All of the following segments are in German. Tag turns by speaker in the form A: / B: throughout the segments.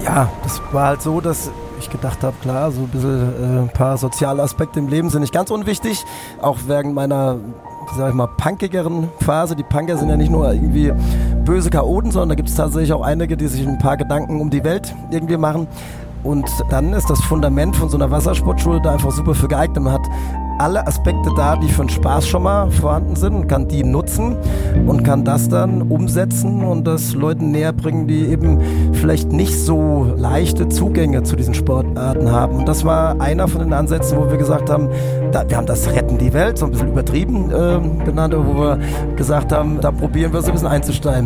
A: Ja, das war halt so, dass ich gedacht habe, klar, so ein bisschen ein paar soziale Aspekte im Leben sind nicht ganz unwichtig, auch während meiner, sag ich mal, punkigeren Phase. Die Punker sind ja nicht nur irgendwie böse Chaoten, sondern da gibt es tatsächlich auch einige, die sich ein paar Gedanken um die Welt irgendwie machen. Und dann ist das Fundament von so einer Wassersportschule da einfach super für geeignet. Man hat alle Aspekte da, die für den Spaß schon mal vorhanden sind und kann die nutzen und kann das dann umsetzen und das Leuten näher bringen, die eben vielleicht nicht so leichte Zugänge zu diesen Sportarten haben. Und das war einer von den Ansätzen, wo wir gesagt haben, wir haben das Retten die Welt, so ein bisschen übertrieben genannt, wo wir gesagt haben, da probieren wir so ein bisschen einzusteigen.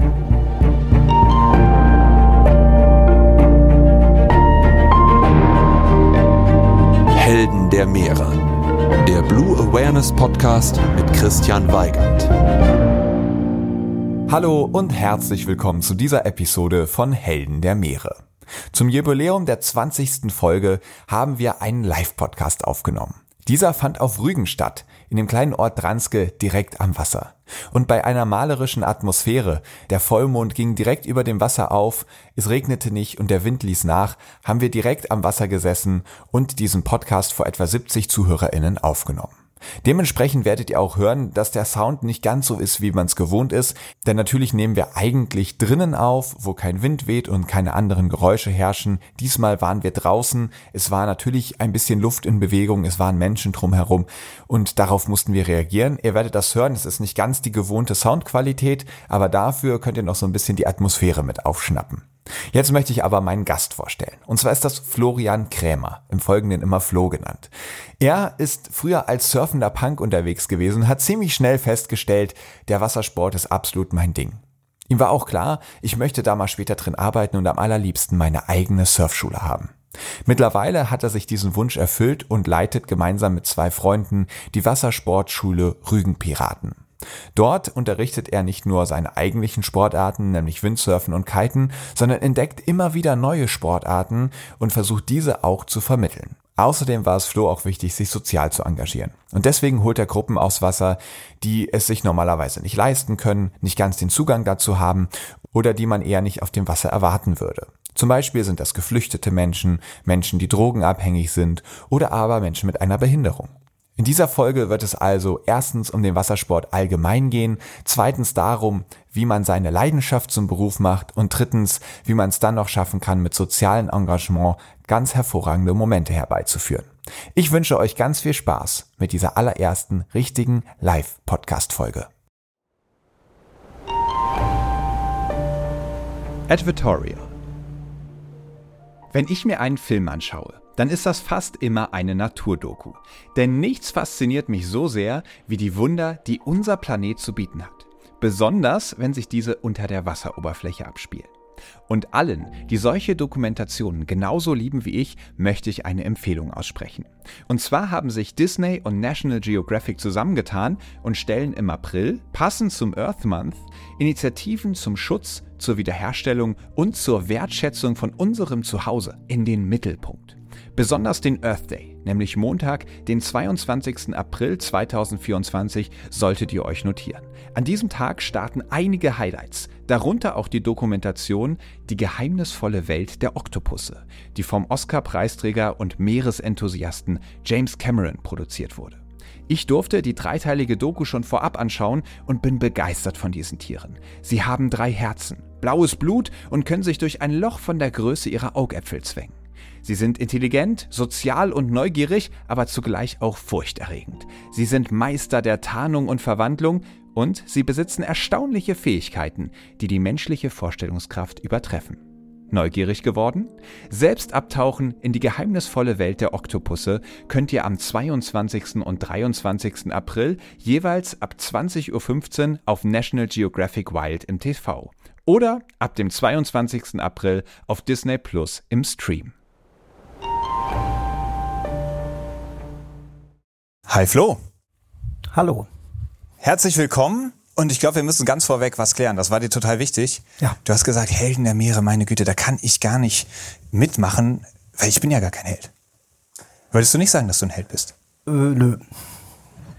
B: Helden der Meere. Der Blue Awareness Podcast mit Christian Weigand.
C: Hallo und herzlich willkommen zu dieser Episode von Helden der Meere. Zum Jubiläum der 20. Folge haben wir einen Live-Podcast aufgenommen. Dieser fand auf Rügen statt, in dem kleinen Ort Dranske direkt am Wasser. Und bei einer malerischen Atmosphäre, der Vollmond ging direkt über dem Wasser auf, es regnete nicht und der Wind ließ nach, haben wir direkt am Wasser gesessen und diesen Podcast vor etwa 70 ZuhörerInnen aufgenommen. Dementsprechend werdet ihr auch hören, dass der Sound nicht ganz so ist, wie man es gewohnt ist, denn natürlich nehmen wir eigentlich drinnen auf, wo kein Wind weht und keine anderen Geräusche herrschen. Diesmal waren wir draußen, es war natürlich ein bisschen Luft in Bewegung, es waren Menschen drumherum und darauf mussten wir reagieren. Ihr werdet das hören, es ist nicht ganz die gewohnte Soundqualität, aber dafür könnt ihr noch so ein bisschen die Atmosphäre mit aufschnappen. Jetzt möchte ich aber meinen Gast vorstellen. Und zwar ist das Florian Krämer, im Folgenden immer Flo genannt. Er ist früher als surfender Punk unterwegs gewesen und hat ziemlich schnell festgestellt, der Wassersport ist absolut mein Ding. Ihm war auch klar, ich möchte da mal später drin arbeiten und am allerliebsten meine eigene Surfschule haben. Mittlerweile hat er sich diesen Wunsch erfüllt und leitet gemeinsam mit 2 Freunden die Wassersportschule Rügen Piraten. Dort unterrichtet er nicht nur seine eigentlichen Sportarten, nämlich Windsurfen und Kiten, sondern entdeckt immer wieder neue Sportarten und versucht diese auch zu vermitteln. Außerdem war es Flo auch wichtig, sich sozial zu engagieren. Und deswegen holt er Gruppen aufs Wasser, die es sich normalerweise nicht leisten können, nicht ganz den Zugang dazu haben oder die man eher nicht auf dem Wasser erwarten würde. Zum Beispiel sind das geflüchtete Menschen, Menschen, die drogenabhängig sind oder aber Menschen mit einer Behinderung. In dieser Folge wird es also erstens um den Wassersport allgemein gehen, zweitens darum, wie man seine Leidenschaft zum Beruf macht und drittens, wie man es dann noch schaffen kann, mit sozialem Engagement ganz hervorragende Momente herbeizuführen. Ich wünsche euch ganz viel Spaß mit dieser allerersten richtigen Live-Podcast-Folge.
D: Advertorial. Wenn ich mir einen Film anschaue, dann ist das fast immer eine Naturdoku. Denn nichts fasziniert mich so sehr wie die Wunder, die unser Planet zu bieten hat. Besonders, wenn sich diese unter der Wasseroberfläche abspielen. Und allen, die solche Dokumentationen genauso lieben wie ich, möchte ich eine Empfehlung aussprechen. Und zwar haben sich Disney und National Geographic zusammengetan und stellen im April, passend zum Earth Month, Initiativen zum Schutz, zur Wiederherstellung und zur Wertschätzung von unserem Zuhause in den Mittelpunkt. Besonders den Earth Day, nämlich Montag, den 22. April 2024, solltet ihr euch notieren. An diesem Tag starten einige Highlights, darunter auch die Dokumentation Die geheimnisvolle Welt der Oktopusse, die vom Oscar-Preisträger und Meeresenthusiasten James Cameron produziert wurde. Ich durfte die 3-teilige Doku schon vorab anschauen und bin begeistert von diesen Tieren. Sie haben 3 Herzen, blaues Blut und können sich durch ein Loch von der Größe ihrer Augäpfel zwängen. Sie sind intelligent, sozial und neugierig, aber zugleich auch furchterregend. Sie sind Meister der Tarnung und Verwandlung und sie besitzen erstaunliche Fähigkeiten, die die menschliche Vorstellungskraft übertreffen. Neugierig geworden? Selbst abtauchen in die geheimnisvolle Welt der Oktopusse könnt ihr am 22. und 23. April jeweils ab 20:15 Uhr auf National Geographic Wild im TV oder ab dem 22. April auf Disney Plus im Stream.
E: Hi Flo.
A: Hallo.
E: Herzlich willkommen und ich glaube, wir müssen ganz vorweg was klären. Das war dir total wichtig.
A: Ja.
E: Du hast gesagt, Helden der Meere, meine Güte, da kann ich gar nicht mitmachen, weil ich bin ja gar kein Held. Würdest du nicht sagen, dass du ein Held bist?
A: Nö.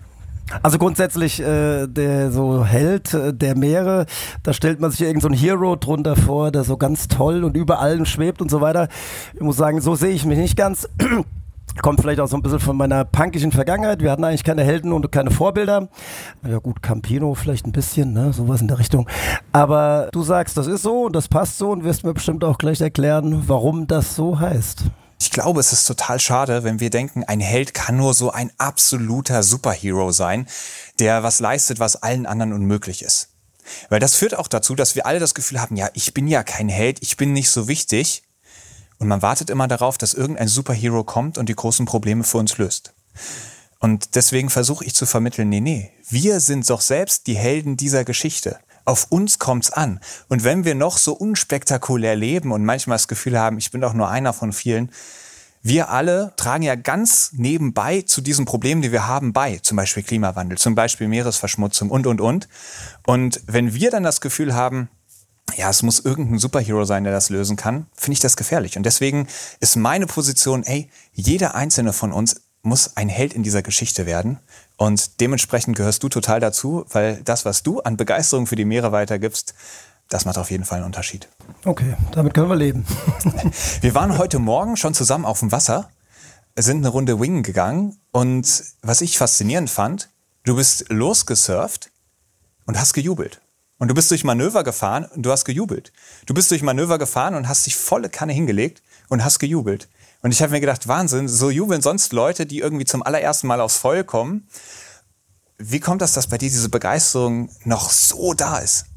A: Also grundsätzlich der so Held der Meere, da stellt man sich irgend so einen Hero drunter vor, der so ganz toll und über allem schwebt und so weiter. Ich muss sagen, so sehe ich mich nicht ganz. Kommt vielleicht auch so ein bisschen von meiner punkischen Vergangenheit. Wir hatten eigentlich keine Helden und keine Vorbilder. Ja gut, Campino vielleicht ein bisschen, ne? Sowas in der Richtung. Aber du sagst, das ist so und das passt so und wirst mir bestimmt auch gleich erklären, warum das so heißt.
E: Ich glaube, es ist total schade, wenn wir denken, ein Held kann nur so ein absoluter Superhero sein, der was leistet, was allen anderen unmöglich ist. Weil das führt auch dazu, dass wir alle das Gefühl haben, ja, ich bin ja kein Held, ich bin nicht so wichtig. Und man wartet immer darauf, dass irgendein Superhero kommt und die großen Probleme für uns löst. Und deswegen versuche ich zu vermitteln, nee, wir sind doch selbst die Helden dieser Geschichte. Auf uns kommt's an. Und wenn wir noch so unspektakulär leben und manchmal das Gefühl haben, ich bin doch nur einer von vielen, wir alle tragen ja ganz nebenbei zu diesen Problemen, die wir haben, bei. Zum Beispiel Klimawandel, zum Beispiel Meeresverschmutzung und. Und wenn wir dann das Gefühl haben, ja, es muss irgendein Superhero sein, der das lösen kann, finde ich das gefährlich. Und deswegen ist meine Position, jeder einzelne von uns muss ein Held in dieser Geschichte werden. Und dementsprechend gehörst du total dazu, weil das, was du an Begeisterung für die Meere weitergibst, das macht auf jeden Fall einen Unterschied.
A: Okay, damit können wir leben.
E: Wir waren heute Morgen schon zusammen auf dem Wasser, sind eine Runde wingen gegangen. Und was ich faszinierend fand, du bist losgesurft und hast gejubelt. Und du bist durch Manöver gefahren und du hast gejubelt. Du bist durch Manöver gefahren und hast dich volle Kanne hingelegt und hast gejubelt. Und ich habe mir gedacht, Wahnsinn, so jubeln sonst Leute, die irgendwie zum allerersten Mal aufs Feuer kommen. Wie kommt das, dass bei dir diese Begeisterung noch so da ist?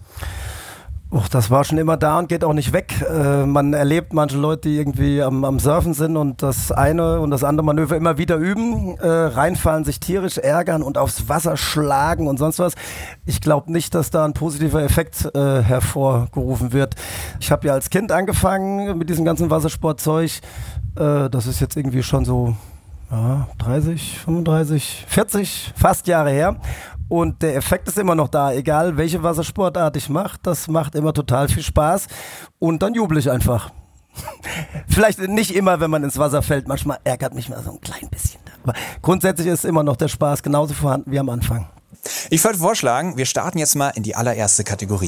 A: Das war schon immer da und geht auch nicht weg. Man erlebt manche Leute, die irgendwie am Surfen sind und das eine und das andere Manöver immer wieder üben, reinfallen, sich tierisch ärgern und aufs Wasser schlagen und sonst was. Ich glaube nicht, dass da ein positiver Effekt hervorgerufen wird. Ich habe ja als Kind angefangen mit diesem ganzen Wassersportzeug. Das ist jetzt irgendwie schon so 30, 35, 40 fast Jahre her. Und der Effekt ist immer noch da, egal welche Wassersportart ich mache, das macht immer total viel Spaß und dann jubel ich einfach. Vielleicht nicht immer, wenn man ins Wasser fällt, manchmal ärgert mich mal so ein klein bisschen. Aber grundsätzlich ist immer noch der Spaß genauso vorhanden wie am Anfang.
E: Ich würde vorschlagen, wir starten jetzt mal in die allererste Kategorie.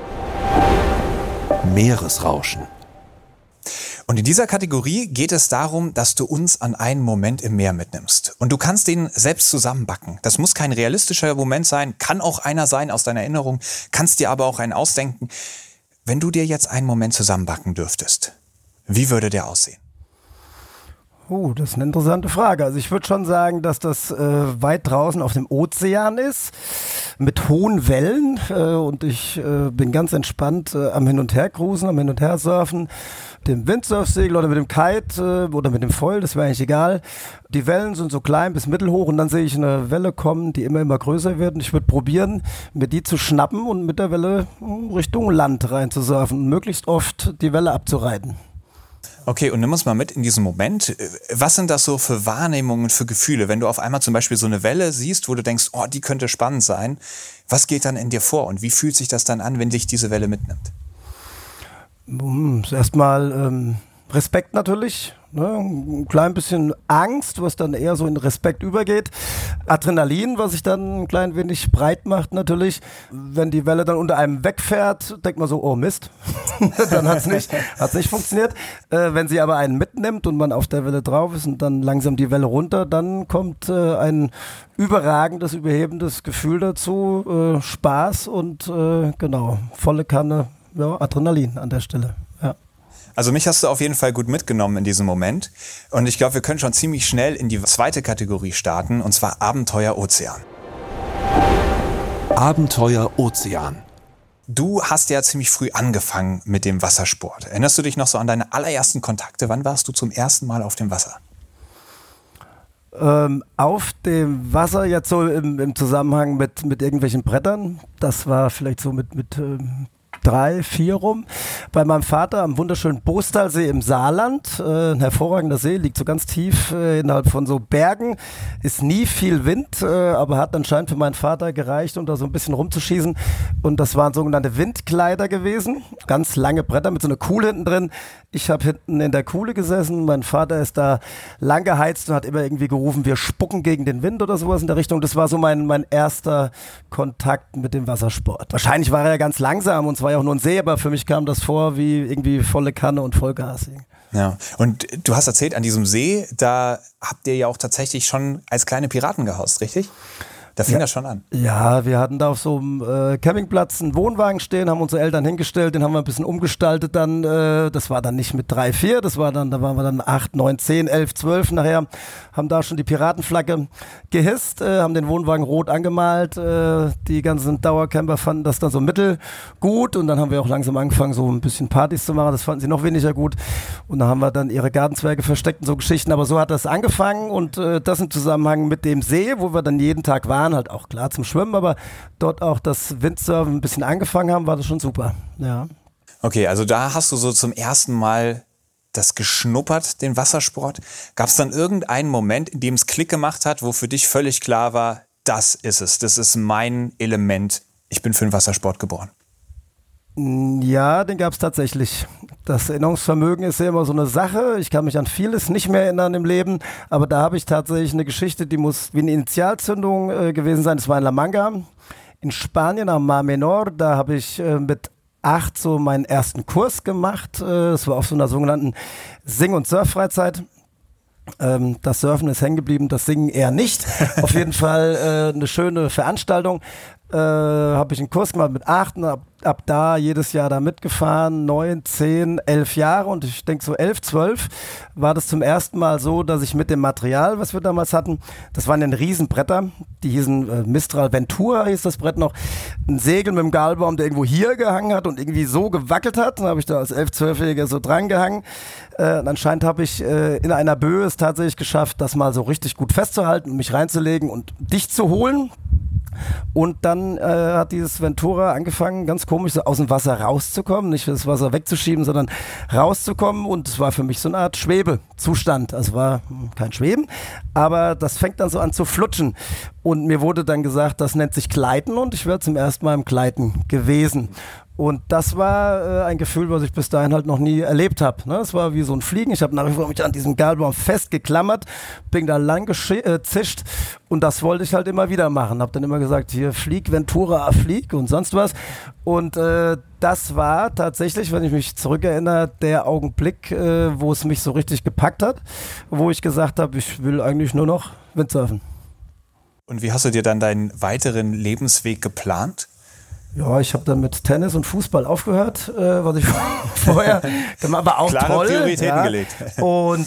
B: Meeresrauschen.
E: Und in dieser Kategorie geht es darum, dass du uns an einen Moment im Meer mitnimmst. Und du kannst den selbst zusammenbacken. Das muss kein realistischer Moment sein, kann auch einer sein aus deiner Erinnerung, kannst dir aber auch einen ausdenken. Wenn du dir jetzt einen Moment zusammenbacken dürftest, wie würde der aussehen?
A: Das ist eine interessante Frage. Also ich würde schon sagen, dass das weit draußen auf dem Ozean ist, mit hohen Wellen und ich bin ganz entspannt am Hin- und Her-Cruisen, am Hin- und Her-Surfen, dem Windsurfsegel oder mit dem Kite oder mit dem Foil, das wäre eigentlich egal. Die Wellen sind so klein bis mittelhoch und dann sehe ich eine Welle kommen, die immer größer wird und ich würde probieren, mir die zu schnappen und mit der Welle Richtung Land rein zu surfen und möglichst oft die Welle abzureiten.
E: Okay, und nimm uns mal mit in diesen Moment. Was sind das so für Wahrnehmungen, für Gefühle? Wenn du auf einmal zum Beispiel so eine Welle siehst, wo du denkst, die könnte spannend sein, was geht dann in dir vor und wie fühlt sich das dann an, wenn dich diese Welle mitnimmt?
A: Erstmal Respekt natürlich, ne? Ein klein bisschen Angst, was dann eher so in Respekt übergeht. Adrenalin, was sich dann ein klein wenig breit macht natürlich. Wenn die Welle dann unter einem wegfährt, denkt man so, oh Mist, dann hat's nicht funktioniert. Wenn sie aber einen mitnimmt und man auf der Welle drauf ist und dann langsam die Welle runter, dann kommt ein überragendes, überhebendes Gefühl dazu, Spaß und volle Kanne. Ja, Adrenalin an der Stelle, ja.
E: Also mich hast du auf jeden Fall gut mitgenommen in diesem Moment. Und ich glaube, wir können schon ziemlich schnell in die zweite Kategorie starten, und zwar Abenteuer Ozean.
B: Abenteuer Ozean.
E: Du hast ja ziemlich früh angefangen mit dem Wassersport. Erinnerst du dich noch so an deine allerersten Kontakte? Wann warst du zum ersten Mal auf dem Wasser?
A: Auf dem Wasser jetzt so im Zusammenhang mit irgendwelchen Brettern. Das war vielleicht so mit 3, 4 rum. bei meinem Vater am wunderschönen Boostalsee im Saarland. Ein hervorragender See, liegt so ganz tief innerhalb von so Bergen. Ist nie viel Wind, aber hat anscheinend für meinen Vater gereicht, um da so ein bisschen rumzuschießen. Und das waren sogenannte Windkleider gewesen. Ganz lange Bretter mit so einer Kuhle hinten drin. Ich habe hinten in der Kuhle gesessen. Mein Vater ist da lang geheizt und hat immer irgendwie gerufen, wir spucken gegen den Wind oder sowas in der Richtung. Das war so mein erster Kontakt mit dem Wassersport. Wahrscheinlich war er ja ganz langsam und es war ja auch nur ein See, aber für mich kam das vor wie irgendwie volle Kanne und Vollgas.
E: Ja, und du hast erzählt, an diesem See, da habt ihr ja auch tatsächlich schon als kleine Piraten gehaust, richtig? Da fing das schon an.
A: Ja, wir hatten da auf so einem Campingplatz einen Wohnwagen stehen, haben unsere Eltern hingestellt, den haben wir ein bisschen umgestaltet dann. Das war dann nicht mit 3, 4, da waren wir dann 8, 9, 10, 11, 12 nachher. Haben da schon die Piratenflagge gehisst, haben den Wohnwagen rot angemalt. Die ganzen Dauercamper fanden das dann so mittelgut und dann haben wir auch langsam angefangen, so ein bisschen Partys zu machen. Das fanden sie noch weniger gut. Und dann haben wir dann ihre Gartenzwerge versteckt und so Geschichten. Aber so hat das angefangen und das im Zusammenhang mit dem See, wo wir dann jeden Tag waren, halt auch klar zum Schwimmen, aber dort auch das Windsurfen ein bisschen angefangen haben, war das schon super. Ja.
E: Okay, also da hast du so zum ersten Mal das geschnuppert, den Wassersport. Gab es dann irgendeinen Moment, in dem es Klick gemacht hat, wo für dich völlig klar war, das ist es, das ist mein Element, ich bin für den Wassersport geboren?
A: Ja, den gab es tatsächlich. Das Erinnerungsvermögen ist ja immer so eine Sache. Ich kann mich an vieles nicht mehr erinnern im Leben, aber da habe ich tatsächlich eine Geschichte, die muss wie eine Initialzündung gewesen sein. Das war in La Manga in Spanien am Mar Menor. Da habe ich mit 8 so meinen ersten Kurs gemacht. Es war auf so einer sogenannten Sing- und Surffreizeit. Das Surfen ist hängen geblieben, das Singen eher nicht. Auf jeden Fall eine schöne Veranstaltung. Habe ich einen Kurs gemacht mit 8 und ab da jedes Jahr da mitgefahren, 9, 10, 11 Jahre und ich denke so 11, 12 war das zum ersten Mal so, dass ich mit dem Material, was wir damals hatten, das waren dann Riesenbretter, die hießen Mistral Ventura hieß das Brett noch, ein Segel mit dem Galbaum, der irgendwo hier gehangen hat und irgendwie so gewackelt hat, dann habe ich da als 11-, 12-Jähriger so dran gehangen und anscheinend habe ich in einer Böe es tatsächlich geschafft, das mal so richtig gut festzuhalten und mich reinzulegen und dicht zu holen. Und dann hat dieses Ventura angefangen, ganz komisch so aus dem Wasser rauszukommen, nicht das Wasser wegzuschieben, sondern rauszukommen und es war für mich so eine Art Schwebezustand. Also war kein Schweben, aber das fängt dann so an zu flutschen und mir wurde dann gesagt, das nennt sich Gleiten und ich wäre zum ersten Mal im Gleiten gewesen. Und das war ein Gefühl, was ich bis dahin halt noch nie erlebt habe. Ne? Es war wie so ein Fliegen. Ich habe nach wie vor mich an diesem Galbaum festgeklammert, bin da lang gezischt und das wollte ich halt immer wieder machen. Habe dann immer gesagt, hier flieg, Ventura, flieg und sonst was. Und das war tatsächlich, wenn ich mich zurückerinnere, der Augenblick, wo es mich so richtig gepackt hat, wo ich gesagt habe, ich will eigentlich nur noch Windsurfen.
E: Und wie hast du dir dann deinen weiteren Lebensweg geplant?
A: Ja, ich habe dann mit Tennis und Fußball aufgehört, was ich vorher gemacht habe, aber auch
E: klare
A: toll.
E: Prioritäten gelegt.
A: Und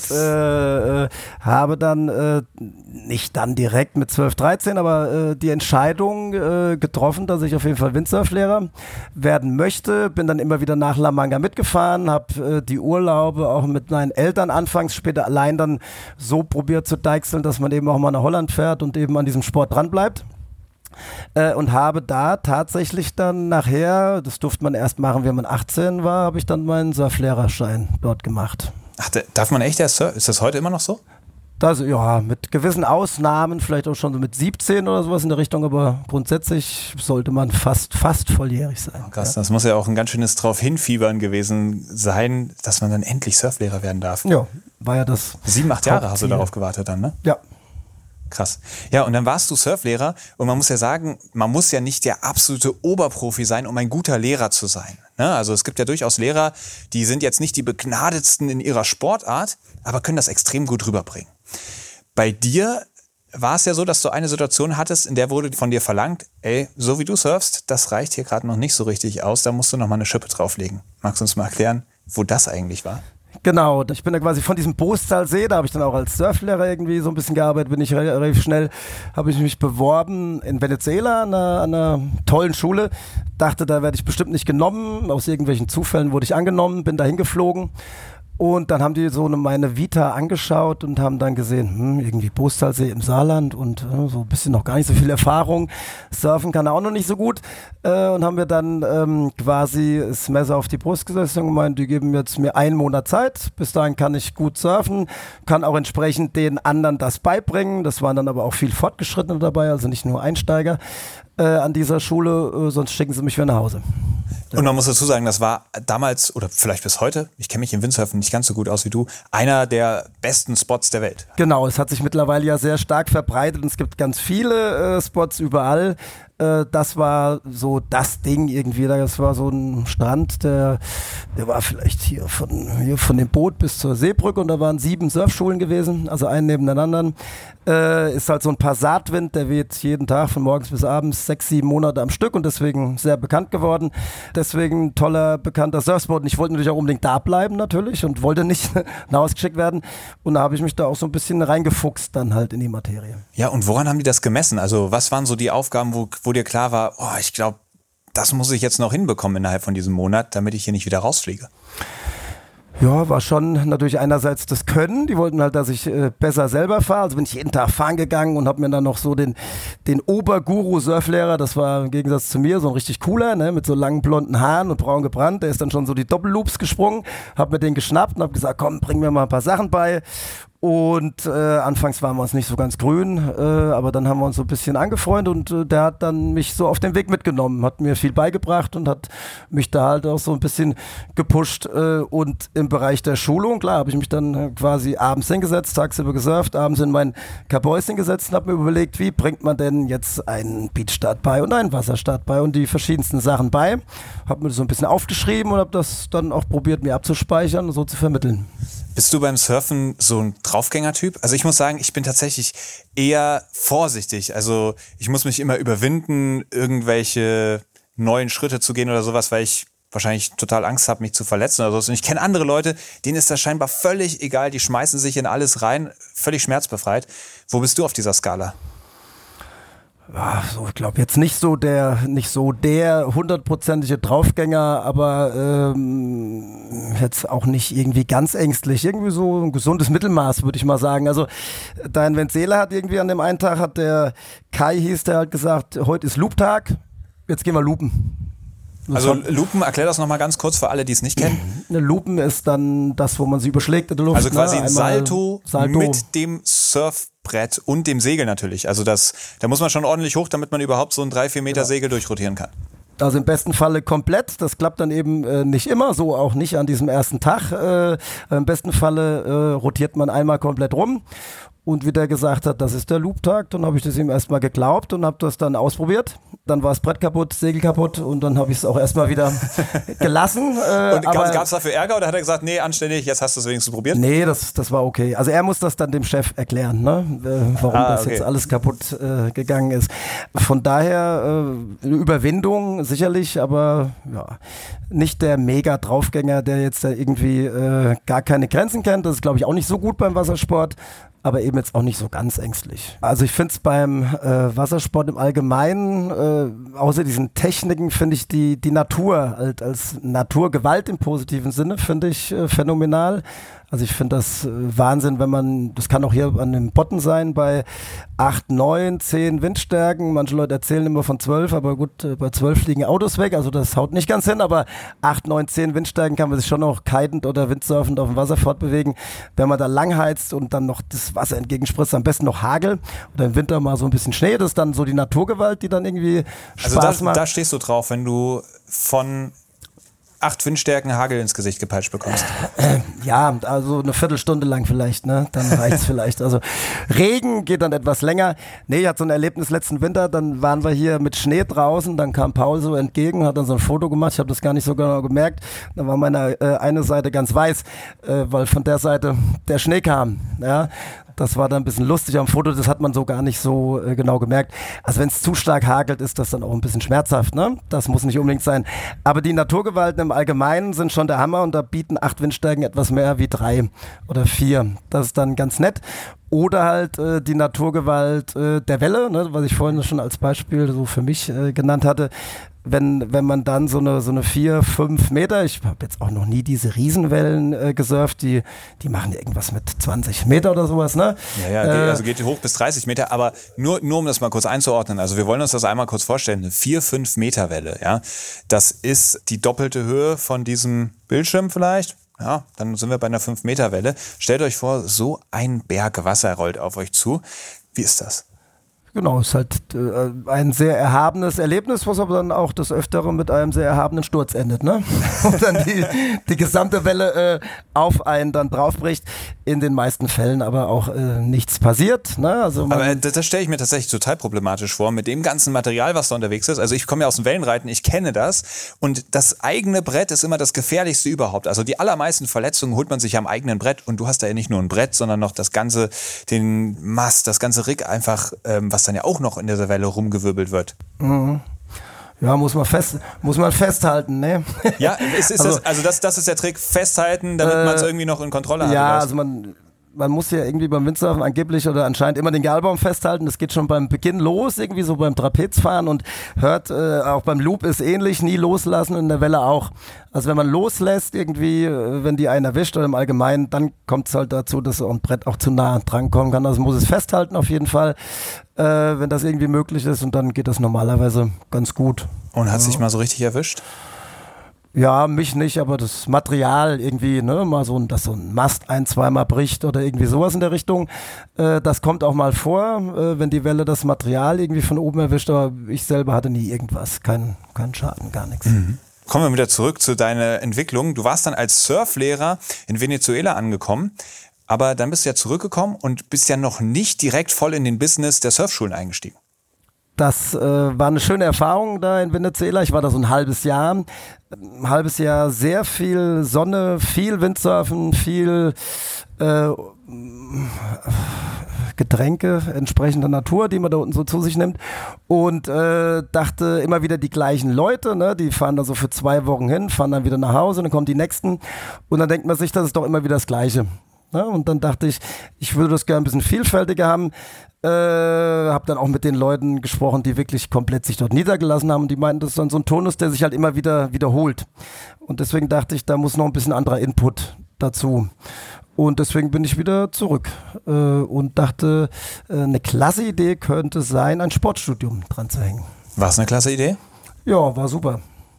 A: habe dann nicht dann direkt mit 12, 13, aber die Entscheidung getroffen, dass ich auf jeden Fall Windsurflehrer werden möchte. Bin dann immer wieder nach La Manga mitgefahren, habe die Urlaube auch mit meinen Eltern anfangs, später allein dann so probiert zu deichseln, dass man eben auch mal nach Holland fährt und eben an diesem Sport dranbleibt. Und habe da tatsächlich dann nachher, das durfte man erst machen, wenn man 18 war, habe ich dann meinen Surflehrerschein dort gemacht.
E: Ach, darf man echt erst surfen? Ist das heute immer noch so?
A: Das, ja, mit gewissen Ausnahmen, vielleicht auch schon so mit 17 oder sowas in der Richtung, aber grundsätzlich sollte man fast volljährig sein.
E: Krass, ja. Das muss ja auch ein ganz schönes drauf hinfiebern gewesen sein, dass man dann endlich Surflehrer werden darf.
A: Ja, war ja das
E: 7, 8 Jahre hast du
A: Hauptziel.
E: darauf gewartet dann, ne?
A: Ja.
E: Krass. Ja, und dann warst du Surflehrer und man muss ja sagen, man muss ja nicht der absolute Oberprofi sein, um ein guter Lehrer zu sein. Ne? Also es gibt ja durchaus Lehrer, die sind jetzt nicht die begnadetsten in ihrer Sportart, aber können das extrem gut rüberbringen. Bei dir war es ja so, dass du eine Situation hattest, in der wurde von dir verlangt, ey, so wie du surfst, das reicht hier gerade noch nicht so richtig aus, da musst du noch mal eine Schippe drauflegen. Magst du uns mal erklären, wo das eigentlich war?
A: Genau, ich bin da quasi von diesem Boostalsee, da habe ich dann auch als Surflehrer irgendwie so ein bisschen gearbeitet, bin ich relativ schnell, habe ich mich beworben in Venezuela an einer tollen Schule, dachte, da werde ich bestimmt nicht genommen, aus irgendwelchen Zufällen wurde ich angenommen, bin da hingeflogen Und dann haben die so meine Vita angeschaut und haben dann gesehen, irgendwie Bostalsee im Saarland und so ein bisschen noch gar nicht so viel Erfahrung. Surfen kann er auch noch nicht so gut. Und haben wir dann quasi das Messer auf die Brust gesetzt und gemeint, die geben jetzt mir 1 Monat Zeit. Bis dahin kann ich gut surfen, kann auch entsprechend den anderen das beibringen. Das waren dann aber auch viel Fortgeschrittene dabei, also nicht nur Einsteiger an dieser Schule, sonst schicken sie mich wieder nach Hause.
E: Und man muss dazu sagen, das war damals oder vielleicht bis heute, ich kenne mich im Windsurfen nicht ganz so gut aus wie du, einer der besten Spots der Welt.
A: Genau, es hat sich mittlerweile ja sehr stark verbreitet und es gibt ganz viele Spots überall. Das war so das Ding irgendwie, das war so ein Strand, der war vielleicht hier von dem Boot bis zur Seebrücke und da waren 7 Surfschulen gewesen, also einen neben den anderen. Ist halt so ein Passatwind, der weht jeden Tag von morgens bis abends 6, 7 Monate am Stück und deswegen sehr bekannt geworden. Deswegen ein toller, bekannter Surfspot. Und ich wollte natürlich auch unbedingt da bleiben natürlich und wollte nicht nach Hause geschickt werden. Und da habe ich mich da auch so ein bisschen reingefuchst dann halt in die Materie.
E: Ja, und woran haben die das gemessen? Also was waren so die Aufgaben, wo dir klar war, ich glaube, das muss ich jetzt noch hinbekommen innerhalb von diesem Monat, damit ich hier nicht wieder rausfliege?
A: Ja, war schon natürlich einerseits das Können. Die wollten halt, dass ich besser selber fahre. Also bin ich jeden Tag fahren gegangen und habe mir dann noch so den Oberguru-Surflehrer, das war im Gegensatz zu mir so ein richtig cooler, ne, mit so langen blonden Haaren und braun gebrannt. Der ist dann schon so die Doppelloops gesprungen, habe mir den geschnappt und habe gesagt, komm, bring mir mal ein paar Sachen bei. Und anfangs waren wir uns nicht so ganz grün, aber dann haben wir uns so ein bisschen angefreundet und der hat dann mich so auf den Weg mitgenommen, hat mir viel beigebracht und hat mich da halt auch so ein bisschen gepusht. Und im Bereich der Schulung, klar, habe ich mich dann quasi abends hingesetzt, tagsüber gesurft, abends in mein Kabäuschen gesetzt und habe mir überlegt, wie bringt man denn jetzt einen Beachstart bei und einen Wasserstart bei und die verschiedensten Sachen bei. Habe mir das so ein bisschen aufgeschrieben und habe das dann auch probiert, mir abzuspeichern und so zu vermitteln.
E: Bist du beim Surfen so ein Draufgänger-Typ? Also ich muss sagen, ich bin tatsächlich eher vorsichtig. Also ich muss mich immer überwinden, irgendwelche neuen Schritte zu gehen oder sowas, weil ich wahrscheinlich total Angst habe, mich zu verletzen oder so. Und ich kenne andere Leute, denen ist das scheinbar völlig egal. Die schmeißen sich in alles rein, völlig schmerzbefreit. Wo bist du auf dieser Skala?
A: So, ich glaube jetzt nicht so der 100%ige Draufgänger, aber jetzt auch nicht irgendwie ganz ängstlich. Irgendwie so ein gesundes Mittelmaß, würde ich mal sagen. Also dein Wenzela hat irgendwie an dem einen Tag, hat der Kai hieß, der hat gesagt, heute ist Loop-Tag, jetzt gehen wir loopen.
E: Also Loopen, erklär das nochmal ganz kurz für alle, die es nicht kennen.
A: Eine Loopen ist dann das, wo man sie überschlägt in der Luft.
E: Also quasi ein
A: Salto
E: mit dem Surfbrett und dem Segel natürlich. Also da muss man schon ordentlich hoch, damit man überhaupt so ein 3-4 Meter Segel durchrotieren kann.
A: Also im besten Falle komplett, das klappt dann eben nicht immer, so auch nicht an diesem ersten Tag. Im besten Falle rotiert man einmal komplett rum. Und wie der gesagt hat, das ist der Loop-Tag, dann habe ich das ihm erstmal geglaubt und habe das dann ausprobiert. Dann war das Brett kaputt, Segel kaputt und dann habe ich es auch erstmal wieder gelassen.
E: Und gab es dafür Ärger oder hat er gesagt, nee, anständig, jetzt hast du es wenigstens probiert?
A: Nee, das war okay. Also er muss das dann dem Chef erklären, ne? Warum das jetzt alles kaputt gegangen ist. Von daher eine Überwindung sicherlich, aber ja, nicht der Mega-Draufgänger, der jetzt da irgendwie gar keine Grenzen kennt. Das ist, glaube ich, auch nicht so gut beim Wassersport. Aber eben jetzt auch nicht so ganz ängstlich. Also ich finde es beim Wassersport im Allgemeinen, außer diesen Techniken, finde ich die Natur halt als Naturgewalt im positiven Sinne, finde ich phänomenal. Also ich finde das Wahnsinn, das kann auch hier an den Botten sein, bei 8, 9, 10 Windstärken. Manche Leute erzählen immer von 12, aber gut, bei 12 fliegen Autos weg, also das haut nicht ganz hin, aber 8, 9, 10 Windstärken kann man sich schon noch kitend oder windsurfend auf dem Wasser fortbewegen. Wenn man da langheizt und dann noch das Wasser entgegenspritzt, am besten noch Hagel oder im Winter mal so ein bisschen Schnee, das ist dann so die Naturgewalt, die dann irgendwie Spaß macht.
E: Da stehst du drauf, wenn du von 8 Windstärken Hagel ins Gesicht gepeitscht bekommst.
A: Ja, also eine Viertelstunde lang vielleicht, ne? Dann reicht's vielleicht. Also Regen geht dann etwas länger. Nee, ich hatte so ein Erlebnis letzten Winter, dann waren wir hier mit Schnee draußen, dann kam Paul so entgegen, hat dann so ein Foto gemacht, ich habe das gar nicht so genau gemerkt. Dann war meine eine Seite ganz weiß, weil von der Seite der Schnee kam, ja. Das war dann ein bisschen lustig am Foto, das hat man so gar nicht so genau gemerkt. Also wenn es zu stark hagelt, ist das dann auch ein bisschen schmerzhaft, ne? Das muss nicht unbedingt sein. Aber die Naturgewalten im Allgemeinen sind schon der Hammer und da bieten 8 Windstärken etwas mehr wie 3 oder 4. Das ist dann ganz nett. Oder halt die Naturgewalt der Welle, ne, was ich vorhin schon als Beispiel so für mich genannt hatte. Wenn man dann so eine 4-5 Meter, ich habe jetzt auch noch nie diese Riesenwellen gesurft, die machen ja irgendwas mit 20 Meter oder sowas, ne?
E: Ja, also geht hoch bis 30 Meter, aber nur um das mal kurz einzuordnen, also wir wollen uns das einmal kurz vorstellen, eine 4-5 Meter Welle, ja, das ist die doppelte Höhe von diesem Bildschirm vielleicht. Ja, dann sind wir bei einer 5-Meter-Welle. Stellt euch vor, so ein Berg Wasser rollt auf euch zu. Wie ist das?
A: Genau, es ist halt ein sehr erhabenes Erlebnis, was aber dann auch des Öfteren mit einem sehr erhabenen Sturz endet, ne? Und dann die gesamte Welle auf einen dann draufbricht. In den meisten Fällen aber auch nichts passiert, ne? Also
E: aber das stelle ich mir tatsächlich total problematisch vor, mit dem ganzen Material, was da unterwegs ist. Also ich komme ja aus dem Wellenreiten, ich kenne das. Und das eigene Brett ist immer das Gefährlichste überhaupt. Also die allermeisten Verletzungen holt man sich am eigenen Brett. Und du hast da ja nicht nur ein Brett, sondern noch das ganze, den Mast, das ganze Rig einfach, was dann ja auch noch in dieser Welle rumgewirbelt wird.
A: Mhm. Ja, muss man festhalten, ne?
E: Ja, das ist der Trick, festhalten, damit man es irgendwie noch in Kontrolle hat.
A: Ja, also man muss ja irgendwie beim Windsurfen angeblich oder anscheinend immer den Galbaum festhalten. Das geht schon beim Beginn los, irgendwie so beim Trapezfahren und hört, auch beim Loop ist ähnlich, nie loslassen und in der Welle auch. Also wenn man loslässt irgendwie, wenn die einen erwischt oder im Allgemeinen, dann kommt es halt dazu, dass so ein Brett auch zu nah drankommen kann. Also muss es festhalten auf jeden Fall, wenn das irgendwie möglich ist und dann geht das normalerweise ganz gut.
E: Und hat sich mal so richtig erwischt?
A: Ja, mich nicht, aber das Material irgendwie, ne, mal so, dass so ein Mast 1-2 bricht oder irgendwie sowas in der Richtung, das kommt auch mal vor, wenn die Welle das Material irgendwie von oben erwischt, aber ich selber hatte nie irgendwas, keinen Schaden, gar nichts.
E: Mhm. Kommen wir wieder zurück zu deiner Entwicklung. Du warst dann als Surflehrer in Venezuela angekommen, aber dann bist du ja zurückgekommen und bist ja noch nicht direkt voll in den Business der Surfschulen eingestiegen.
A: Das war eine schöne Erfahrung da in Venezuela. Ich war da so ein halbes Jahr. Ein halbes Jahr sehr viel Sonne, viel Windsurfen, viel Getränke entsprechender Natur, die man da unten so zu sich nimmt. Und dachte immer wieder die gleichen Leute, ne? Die fahren da so für 2 Wochen hin, fahren dann wieder nach Hause, dann kommen die nächsten. Und dann denkt man sich, das ist doch immer wieder das Gleiche. Ne? Und dann dachte ich würde das gerne ein bisschen vielfältiger haben. Habe dann auch mit den Leuten gesprochen, die wirklich komplett sich dort niedergelassen haben und die meinten, das ist dann so ein Tonus, der sich halt immer wieder wiederholt. Und deswegen dachte ich, da muss noch ein bisschen anderer Input dazu. Und deswegen bin ich wieder zurück und dachte, eine klasse Idee könnte sein, ein Sportstudium dran zu hängen.
E: War es eine klasse Idee?
A: Ja, war super.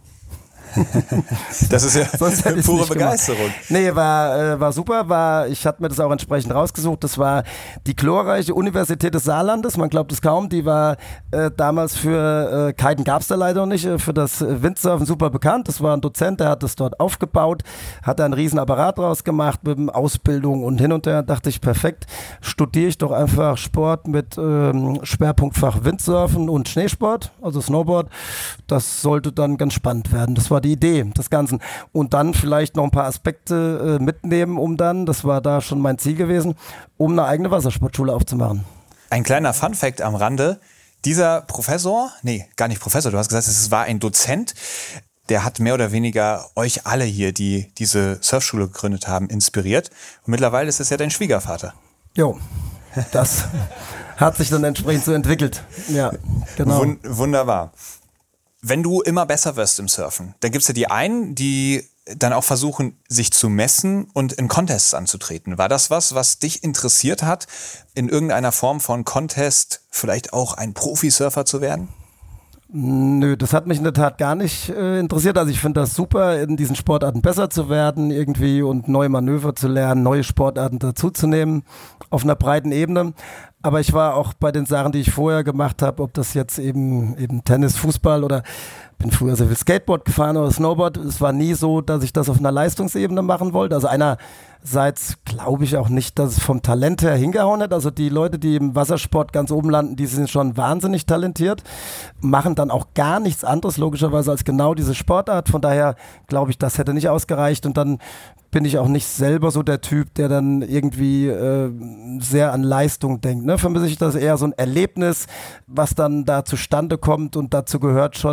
E: Das ist ja pure Begeisterung.
A: Nee, war super. Ich hatte mir das auch entsprechend rausgesucht. Das war die glorreiche Universität des Saarlandes. Man glaubt es kaum. Die war damals für Kiten gab es da leider noch nicht, für das Windsurfen super bekannt. Das war ein Dozent, der hat das dort aufgebaut, hat da einen riesen Apparat draus gemacht mit Ausbildung und hin und her. Dachte ich, perfekt, studiere ich doch einfach Sport mit Schwerpunktfach Windsurfen und Schneesport, also Snowboard. Das sollte dann ganz spannend werden. Das war die Idee des Ganzen. Und dann vielleicht noch ein paar Aspekte mitnehmen, das war da schon mein Ziel gewesen, um eine eigene Wassersportschule aufzumachen.
E: Ein kleiner Funfact am Rande. Dieser Professor, nee, gar nicht Professor, du hast gesagt, es war ein Dozent, der hat mehr oder weniger euch alle hier, die diese Surfschule gegründet haben, inspiriert. Und mittlerweile ist es ja dein Schwiegervater.
A: Jo, das hat sich dann entsprechend so entwickelt. Ja, genau.
E: Wunderbar. Wenn du immer besser wirst im Surfen, dann gibt es ja die einen, die dann auch versuchen, sich zu messen und in Contests anzutreten. War das was dich interessiert hat, in irgendeiner Form von Contest vielleicht auch ein Profisurfer zu werden?
A: Nö, das hat mich in der Tat gar nicht interessiert. Also ich finde das super, in diesen Sportarten besser zu werden irgendwie und neue Manöver zu lernen, neue Sportarten dazuzunehmen auf einer breiten Ebene. Aber ich war auch bei den Sachen, die ich vorher gemacht habe, ob das jetzt eben Tennis, Fußball oder bin früher sehr viel Skateboard gefahren oder Snowboard. Es war nie so, dass ich das auf einer Leistungsebene machen wollte. Also einerseits glaube ich auch nicht, dass es vom Talent her hingehauen hat. Also die Leute, die im Wassersport ganz oben landen, die sind schon wahnsinnig talentiert, machen dann auch gar nichts anderes logischerweise als genau diese Sportart. Von daher glaube ich, das hätte nicht ausgereicht. Und dann bin ich auch nicht selber so der Typ, der dann irgendwie sehr an Leistung denkt. Ne? Für mich ist das eher so ein Erlebnis, was dann da zustande kommt und dazu gehört schon dazu.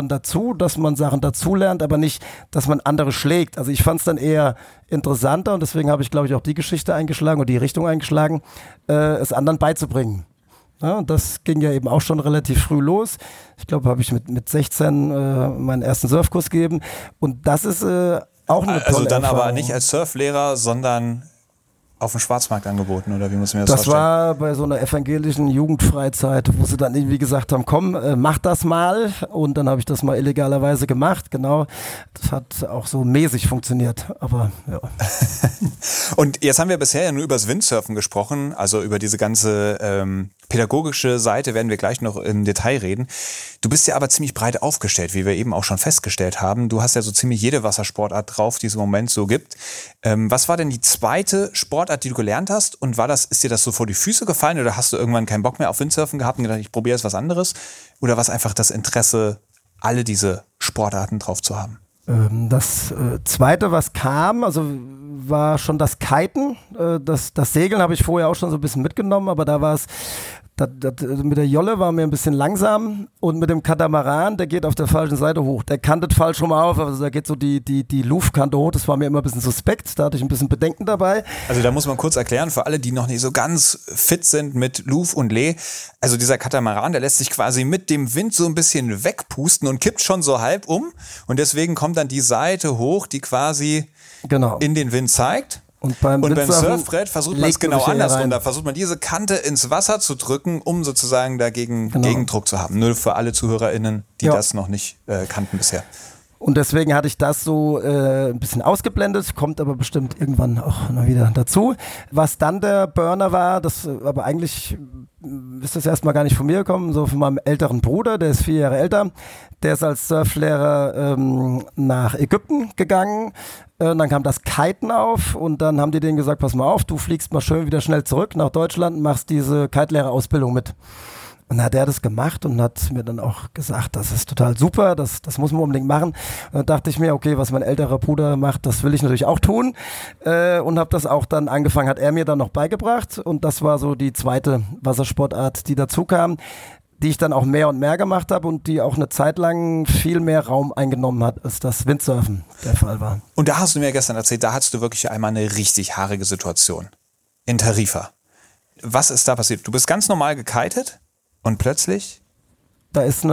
A: dazu, dass man Sachen dazulernt, aber nicht, dass man andere schlägt. Also ich fand es dann eher interessanter und deswegen habe ich, glaube ich, auch die Geschichte eingeschlagen und die Richtung eingeschlagen, es anderen beizubringen. Ja, und das ging ja eben auch schon relativ früh los. Ich glaube, habe ich mit 16 meinen ersten Surfkurs gegeben. Und das ist auch eine tolle
E: Also dann
A: Erfahrung.
E: aber nicht als Surflehrer, sondern auf dem Schwarzmarkt angeboten, oder wie muss ich mir das
A: Das
E: vorstellen?
A: war bei so einer evangelischen Jugendfreizeit, wo sie dann irgendwie gesagt haben, komm, mach das mal. Und dann habe ich das mal illegalerweise gemacht, genau. Das hat auch so mäßig funktioniert, aber ja.
E: Und jetzt haben wir bisher ja nur über das Windsurfen gesprochen, also über diese ganze pädagogische Seite werden wir gleich noch im Detail reden. Du bist ja aber ziemlich breit aufgestellt, wie wir eben auch schon festgestellt haben. Du hast ja so ziemlich jede Wassersportart drauf, die es im Moment so gibt. Was war denn die zweite Sportart, die du gelernt hast? Und ist dir das so vor die Füße gefallen oder hast du irgendwann keinen Bock mehr auf Windsurfen gehabt und gedacht, ich probiere jetzt was anderes? Oder war es einfach das Interesse, alle diese Sportarten drauf zu haben?
A: Das Zweite, was kam, also war schon das Kiten. Das Segeln habe ich vorher auch schon so ein bisschen mitgenommen, aber da war es, mit der Jolle war mir ein bisschen langsam und mit dem Katamaran, der geht auf der falschen Seite hoch. Der kantet falsch rum auf, also da geht so die Luftkante hoch, das war mir immer ein bisschen suspekt, da hatte ich ein bisschen Bedenken dabei.
E: Also da muss man kurz erklären, für alle, die noch nicht so ganz fit sind mit Luv und Lee, also dieser Katamaran, der lässt sich quasi mit dem Wind so ein bisschen wegpusten und kippt schon so halb um und deswegen kommt dann die Seite hoch, die quasi in den Wind zeigt. Und beim Surfbrett versucht man es genau andersrum. Da versucht man diese Kante ins Wasser zu drücken, um sozusagen dagegen Gegendruck zu haben. Nur für alle ZuhörerInnen, die das noch nicht kannten bisher.
A: Und deswegen hatte ich das so ein bisschen ausgeblendet, kommt aber bestimmt irgendwann auch noch wieder dazu. Was dann der Burner war, aber eigentlich ist das erstmal gar nicht von mir gekommen, so von meinem älteren Bruder, der ist 4 Jahre älter. Der ist als Surflehrer nach Ägypten gegangen. Dann kam das Kiten auf und dann haben die denen gesagt, pass mal auf, du fliegst mal schön wieder schnell zurück nach Deutschland und machst diese Kitelehrerausbildung mit. Und dann hat er das gemacht und hat mir dann auch gesagt, das ist total super, das muss man unbedingt machen. Und dann dachte ich mir, okay, was mein älterer Bruder macht, das will ich natürlich auch tun. Und habe das auch dann angefangen, hat er mir dann noch beigebracht. Und das war so die zweite Wassersportart, die dazu kam, die ich dann auch mehr und mehr gemacht habe und die auch eine Zeit lang viel mehr Raum eingenommen hat, als das Windsurfen der Fall war.
E: Und da hast du mir gestern erzählt, da hattest du wirklich einmal eine richtig haarige Situation in Tarifa. Was ist da passiert? Du bist ganz normal gekitet? Und plötzlich?
A: Das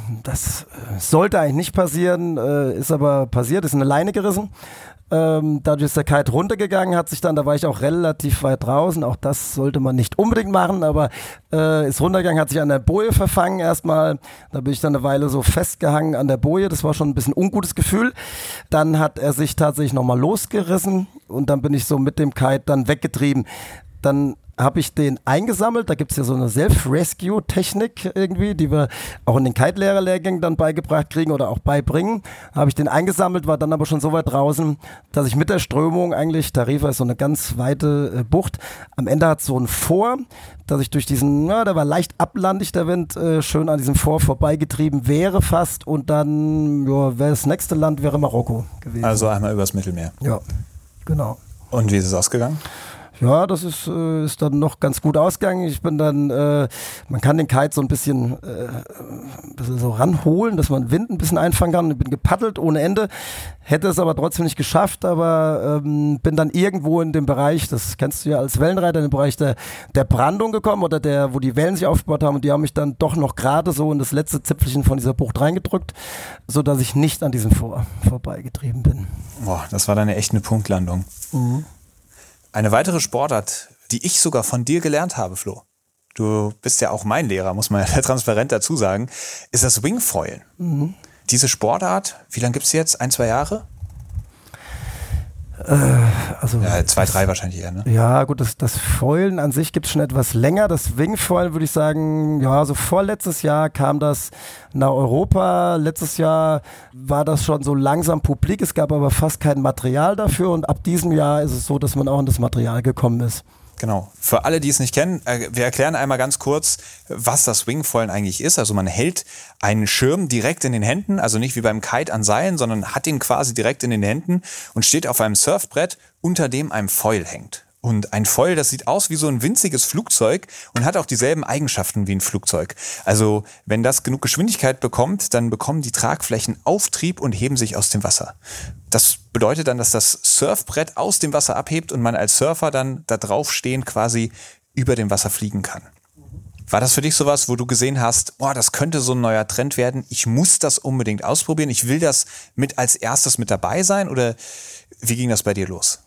A: sollte eigentlich nicht passieren, ist aber passiert, ist eine Leine gerissen. Dadurch ist der Kite runtergegangen, da war ich auch relativ weit draußen, auch das sollte man nicht unbedingt machen, aber ist runtergegangen, hat sich an der Boje verfangen erstmal, da bin ich dann eine Weile so festgehangen an der Boje, das war schon ein bisschen ungutes Gefühl. Dann hat er sich tatsächlich nochmal losgerissen und dann bin ich so mit dem Kite dann weggetrieben. Dann habe ich den eingesammelt, da gibt es ja so eine Self-Rescue-Technik irgendwie, die wir auch in den Kite-Lehrerlehrgängen dann beigebracht kriegen oder auch beibringen. Habe ich den eingesammelt, war dann aber schon so weit draußen, dass ich mit der Strömung eigentlich, Tarifa ist so eine ganz weite Bucht, am Ende hat so ein Fort, dass ich durch diesen, der war leicht ablandig der Wind, schön an diesem Fort vorbeigetrieben wäre fast und dann, das nächste Land wäre Marokko gewesen.
E: Also einmal übers Mittelmeer.
A: Ja, genau.
E: Und wie ist es ausgegangen?
A: Ja, das ist dann noch ganz gut ausgegangen. Ich bin dann, man kann den Kite so ein bisschen so ranholen, dass man Wind ein bisschen einfangen kann. Ich bin gepaddelt ohne Ende, hätte es aber trotzdem nicht geschafft, aber bin dann irgendwo in dem Bereich, das kennst du ja als Wellenreiter, in den Bereich der Brandung gekommen oder wo die Wellen sich aufgebaut haben und die haben mich dann doch noch gerade so in das letzte Zipfelchen von dieser Bucht reingedrückt, sodass ich nicht an diesem vorbeigetrieben bin.
E: Boah, das war dann echt eine Punktlandung. Mhm. Eine weitere Sportart, die ich sogar von dir gelernt habe, Flo, du bist ja auch mein Lehrer, muss man ja transparent dazu sagen, ist das Wingfoilen. Mhm. Diese Sportart, wie lange gibt es jetzt? 1, 2 Jahre? Ja, 2, 3 wahrscheinlich eher, ne?
A: Ja, gut, das Foilen an sich gibt es schon etwas länger. Das Wingfoilen würde ich sagen, ja, so vorletztes Jahr kam das nach Europa. Letztes Jahr war das schon so langsam publik. Es gab aber fast kein Material dafür und ab diesem Jahr ist es so, dass man auch an das Material gekommen ist.
E: Genau. Für alle, die es nicht kennen, wir erklären einmal ganz kurz, was das Wingfoilen eigentlich ist. Also man hält einen Schirm direkt in den Händen, also nicht wie beim Kite an Seilen, sondern hat ihn quasi direkt in den Händen und steht auf einem Surfbrett, unter dem ein Foil hängt. Und ein Foil, das sieht aus wie so ein winziges Flugzeug und hat auch dieselben Eigenschaften wie ein Flugzeug. Also wenn das genug Geschwindigkeit bekommt, dann bekommen die Tragflächen Auftrieb und heben sich aus dem Wasser. Das bedeutet dann, dass das Surfbrett aus dem Wasser abhebt und man als Surfer dann da drauf stehend quasi über dem Wasser fliegen kann. War das für dich sowas, wo du gesehen hast, das könnte so ein neuer Trend werden, ich muss das unbedingt ausprobieren, ich will das mit als erstes mit dabei sein, oder wie ging das bei dir los?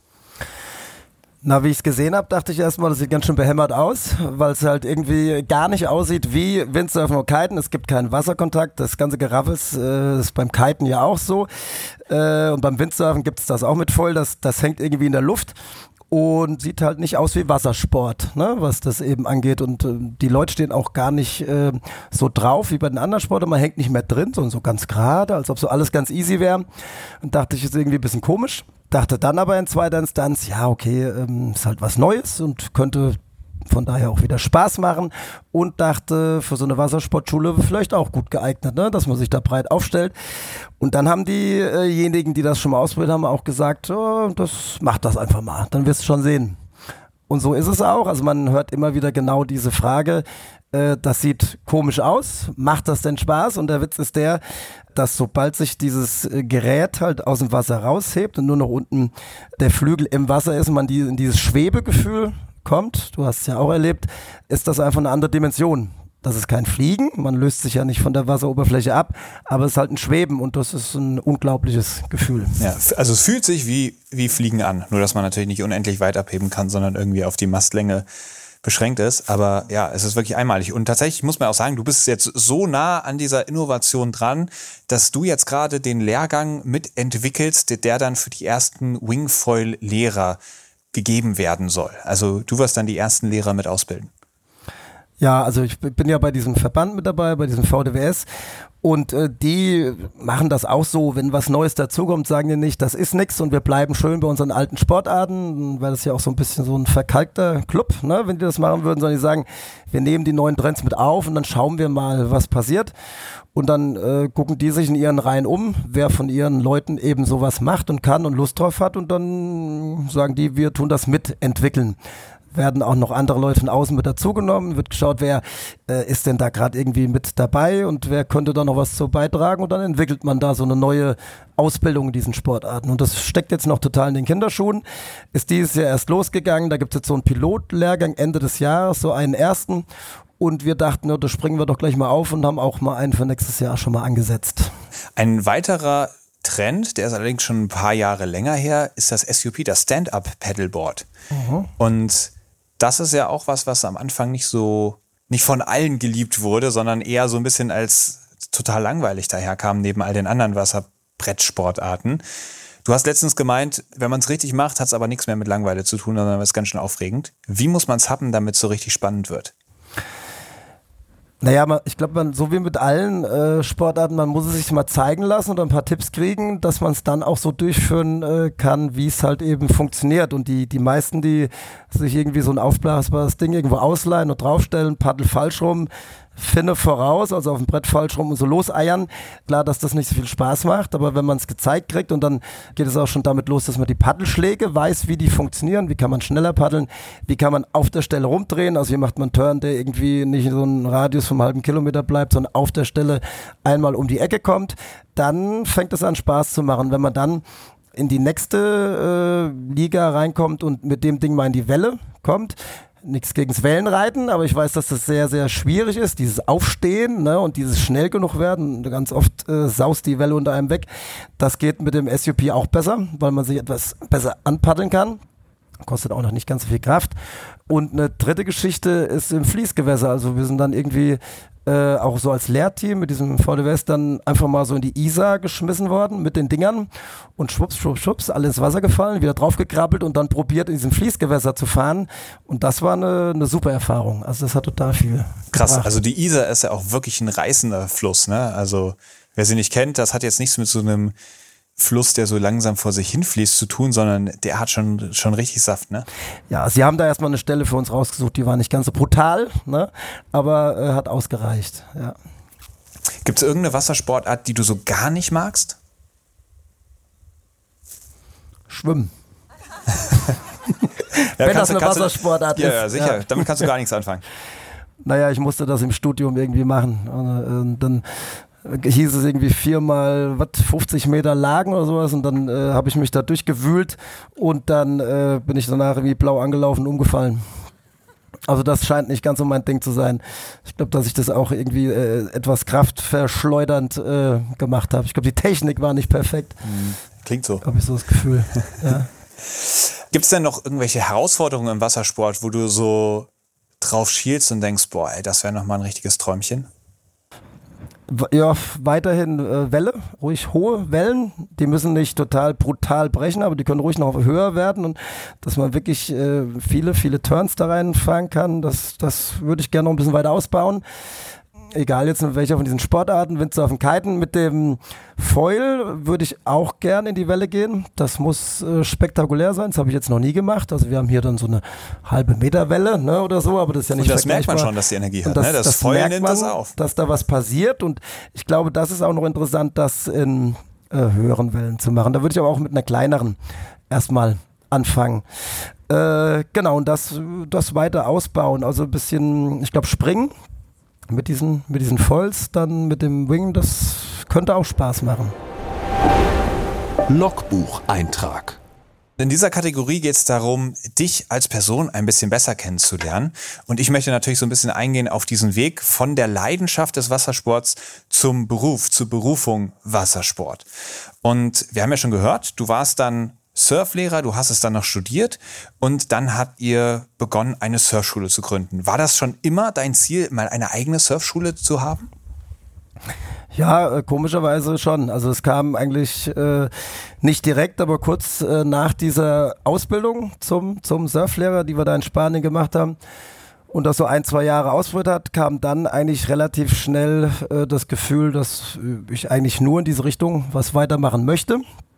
A: Na, wie ich es gesehen habe, dachte ich erstmal, das sieht ganz schön behämmert aus, weil es halt irgendwie gar nicht aussieht wie Windsurfen oder Kiten. Es gibt keinen Wasserkontakt, das ganze Geraffel ist beim Kiten ja auch so. Und beim Windsurfen gibt es das auch mit Foil, das hängt irgendwie in der Luft. Und sieht halt nicht aus wie Wassersport, ne, was das eben angeht. Und die Leute stehen auch gar nicht so drauf wie bei den anderen Sportarten. Man hängt nicht mehr drin, sondern so ganz gerade, als ob so alles ganz easy wäre. Und dachte ich, ist irgendwie ein bisschen komisch. Dachte dann aber in zweiter Instanz, ja okay, ist halt was Neues und könnte von daher auch wieder Spaß machen. Und dachte, für so eine Wassersportschule vielleicht auch gut geeignet, ne, dass man sich da breit aufstellt. Und dann haben diejenigen, die das schon mal ausprobiert haben, auch gesagt, mach das einfach mal, dann wirst du schon sehen. Und so ist es auch. Also man hört immer wieder genau diese Frage, das sieht komisch aus, macht das denn Spaß? Und der Witz ist der, dass sobald sich dieses Gerät halt aus dem Wasser raushebt und nur noch unten der Flügel im Wasser ist, man in dieses Schwebegefühl kommt, du hast es ja auch erlebt, ist das einfach eine andere Dimension. Das ist kein Fliegen, man löst sich ja nicht von der Wasseroberfläche ab, aber es ist halt ein Schweben und das ist ein unglaubliches Gefühl.
E: Ja, also es fühlt sich wie Fliegen an, nur dass man natürlich nicht unendlich weit abheben kann, sondern irgendwie auf die Mastlänge beschränkt ist. Aber ja, es ist wirklich einmalig. Und tatsächlich muss man auch sagen, du bist jetzt so nah an dieser Innovation dran, dass du jetzt gerade den Lehrgang mitentwickelst, der dann für die ersten Wingfoil-Lehrer gegeben werden soll. Also du wirst dann die ersten Lehrer mit ausbilden.
A: Ja, also ich bin ja bei diesem Verband mit dabei, bei diesem VDWS, und die machen das auch so, wenn was Neues dazukommt, sagen die nicht, das ist nix und wir bleiben schön bei unseren alten Sportarten, weil das ja auch so ein bisschen so ein verkalkter Club, ne, wenn die das machen würden, sondern die sagen, wir nehmen die neuen Trends mit auf und dann schauen wir mal, was passiert. Und dann gucken die sich in ihren Reihen um, wer von ihren Leuten eben sowas macht und kann und Lust drauf hat, und dann sagen die, wir tun das mitentwickeln. Werden auch noch andere Leute von außen mit dazugenommen, wird geschaut, wer ist denn da gerade irgendwie mit dabei und wer könnte da noch was zu beitragen, und dann entwickelt man da so eine neue Ausbildung in diesen Sportarten. Und das steckt jetzt noch total in den Kinderschuhen, ist dieses Jahr erst losgegangen, da gibt es jetzt so einen Pilotlehrgang Ende des Jahres, so einen ersten, und wir dachten, da springen wir doch gleich mal auf und haben auch mal einen für nächstes Jahr schon mal angesetzt.
E: Ein weiterer Trend, der ist allerdings schon ein paar Jahre länger her, ist das SUP, das Stand-Up-Paddleboard. Und das ist ja auch was am Anfang nicht von allen geliebt wurde, sondern eher so ein bisschen als total langweilig daherkam, neben all den anderen Wasserbrettsportarten. Du hast letztens gemeint, wenn man es richtig macht, hat es aber nichts mehr mit Langeweile zu tun, sondern ist ganz schön aufregend. Wie muss man es haben, damit es so richtig spannend wird?
A: Naja, ich glaube, so wie mit allen Sportarten, man muss es sich mal zeigen lassen und ein paar Tipps kriegen, dass man es dann auch so durchführen kann, wie es halt eben funktioniert. Und die meisten, die sich irgendwie so ein aufblasbares Ding irgendwo ausleihen und draufstellen, Paddel falsch rum, Finne voraus, also auf dem Brett falsch rum und so loseiern. Klar, dass das nicht so viel Spaß macht, aber wenn man es gezeigt kriegt, und dann geht es auch schon damit los, dass man die Paddelschläge weiß, wie die funktionieren, wie kann man schneller paddeln, wie kann man auf der Stelle rumdrehen, also hier macht man einen Turn, der irgendwie nicht in so einem Radius vom halben Kilometer bleibt, sondern auf der Stelle einmal um die Ecke kommt, dann fängt es an Spaß zu machen. Wenn man dann in die nächste Liga reinkommt und mit dem Ding mal in die Welle kommt, nichts gegens Wellenreiten, aber ich weiß, dass das sehr, sehr schwierig ist, dieses Aufstehen, ne, und dieses schnell genug werden. Ganz oft saust die Welle unter einem weg. Das geht mit dem SUP auch besser, weil man sich etwas besser anpaddeln kann. Kostet auch noch nicht ganz so viel Kraft. Und eine dritte Geschichte ist im Fließgewässer. Also wir sind dann irgendwie auch so als Lehrteam mit diesem VDWS dann einfach mal so in die Isar geschmissen worden mit den Dingern und schwupps, schwupps, schwupps, alle ins Wasser gefallen, wieder draufgekrabbelt und dann probiert in diesem Fließgewässer zu fahren, und das war eine super Erfahrung. Also das hat total viel
E: Krass,
A: gebracht.
E: also die Isar ist ja auch wirklich ein reißender Fluss, ne? Also wer sie nicht kennt, das hat jetzt nichts mit so einem Fluss, der so langsam vor sich hinfließt, zu tun, sondern der hat schon richtig Saft, ne?
A: Ja, sie haben da erstmal eine Stelle für uns rausgesucht, die war nicht ganz so brutal, ne? Aber hat ausgereicht, ja.
E: Gibt es irgendeine Wassersportart, die du so gar nicht magst?
A: Schwimmen.
E: Ja,
A: wenn das eine Wassersportart ist.
E: Ja, sicher. Ja. Damit kannst du gar nichts anfangen.
A: Naja, ich musste das im Studium irgendwie machen. Und dann hieß es irgendwie 50 Meter Lagen oder sowas und dann habe ich mich da durchgewühlt und dann bin ich danach irgendwie blau angelaufen und umgefallen. Also das scheint nicht ganz so mein Ding zu sein. Ich glaube, dass ich das auch irgendwie etwas kraftverschleudernd gemacht habe. Ich glaube, die Technik war nicht perfekt.
E: Klingt so.
A: Habe ich so das Gefühl. Ja.
E: Gibt es denn noch irgendwelche Herausforderungen im Wassersport, wo du so drauf schielst und denkst, boah, ey, das wäre nochmal ein richtiges Träumchen?
A: Ja, weiterhin Welle, ruhig hohe Wellen, die müssen nicht total brutal brechen, aber die können ruhig noch höher werden und dass man wirklich viele Turns da reinfahren kann, das würde ich gerne noch ein bisschen weiter ausbauen. Egal jetzt in welcher von diesen Sportarten, Windsurfen, Kiten, mit dem Foil würde ich auch gerne in die Welle gehen. Das muss spektakulär sein, das habe ich jetzt noch nie gemacht. Also wir haben hier dann so eine halbe Meter Welle, ne, oder so, aber das ist ja nicht vergleichbar.
E: Und das merkt man schon, dass die Energie hat,
A: das,
E: ne? Das Feuer nimmt das auf.
A: Dass da was passiert und ich glaube, das ist auch noch interessant, das in höheren Wellen zu machen. Da würde ich aber auch mit einer kleineren erstmal anfangen. Genau, und das weiter ausbauen, also ein bisschen, ich glaube, springen. Mit diesen Foils, dann mit dem Wing, das könnte auch Spaß machen.
B: Logbucheintrag.
E: In dieser Kategorie geht es darum, dich als Person ein bisschen besser kennenzulernen. Und ich möchte natürlich so ein bisschen eingehen auf diesen Weg von der Leidenschaft des Wassersports zum Beruf, zur Berufung Wassersport. Und wir haben ja schon gehört, du warst dann Surflehrer, du hast es dann noch studiert und dann habt ihr begonnen, eine Surfschule zu gründen. War das schon immer dein Ziel, mal eine eigene Surfschule zu haben?
A: Ja, komischerweise schon. Also es kam eigentlich nicht direkt, aber kurz nach dieser Ausbildung zum Surflehrer, die wir da in Spanien gemacht haben und das so 1-2 Jahre ausgeführt hat, kam dann eigentlich relativ schnell das Gefühl, dass ich eigentlich nur in diese Richtung was weitermachen möchte.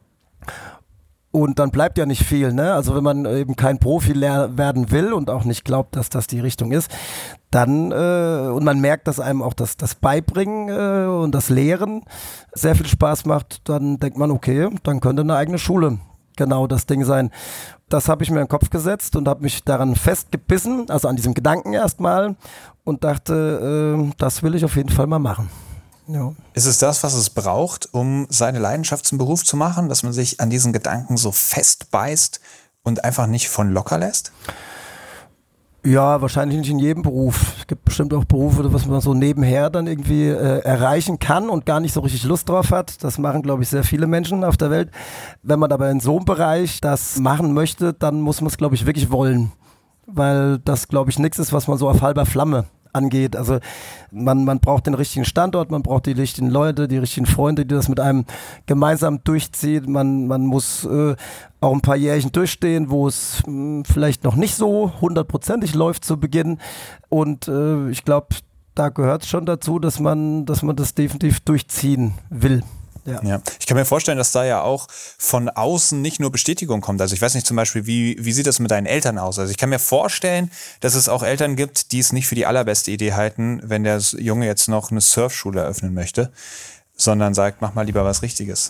A: Und dann bleibt ja nicht viel, ne? Also wenn man eben kein Profi werden will und auch nicht glaubt, dass das die Richtung ist, dann, und man merkt, dass einem auch das Beibringen und das Lehren sehr viel Spaß macht, dann denkt man, okay, dann könnte eine eigene Schule genau das Ding sein. Das habe ich mir in den Kopf gesetzt und habe mich daran festgebissen, also an diesem Gedanken erstmal und dachte, das will ich auf jeden Fall mal machen. Ja.
E: Ist es das, was es braucht, um seine Leidenschaft zum Beruf zu machen, dass man sich an diesen Gedanken so festbeißt und einfach nicht von locker lässt?
A: Ja, wahrscheinlich nicht in jedem Beruf. Es gibt bestimmt auch Berufe, was man so nebenher dann irgendwie erreichen kann und gar nicht so richtig Lust drauf hat. Das machen, glaube ich, sehr viele Menschen auf der Welt. Wenn man aber in so einem Bereich das machen möchte, dann muss man es, glaube ich, wirklich wollen. Weil das, glaube ich, nichts ist, was man so auf halber Flamme angeht. Also man braucht den richtigen Standort, man braucht die richtigen Leute, die richtigen Freunde, die das mit einem gemeinsam durchziehen. Man muss auch ein paar Jährchen durchstehen, wo es vielleicht noch nicht so 100%ig läuft zu Beginn. Und ich glaube, da gehört es schon dazu, dass man das definitiv durchziehen will. Ja.
E: Ich kann mir vorstellen, dass da ja auch von außen nicht nur Bestätigung kommt. Also ich weiß nicht zum Beispiel, wie sieht das mit deinen Eltern aus? Also ich kann mir vorstellen, dass es auch Eltern gibt, die es nicht für die allerbeste Idee halten, wenn der Junge jetzt noch eine Surfschule eröffnen möchte, sondern sagt, mach mal lieber was Richtiges.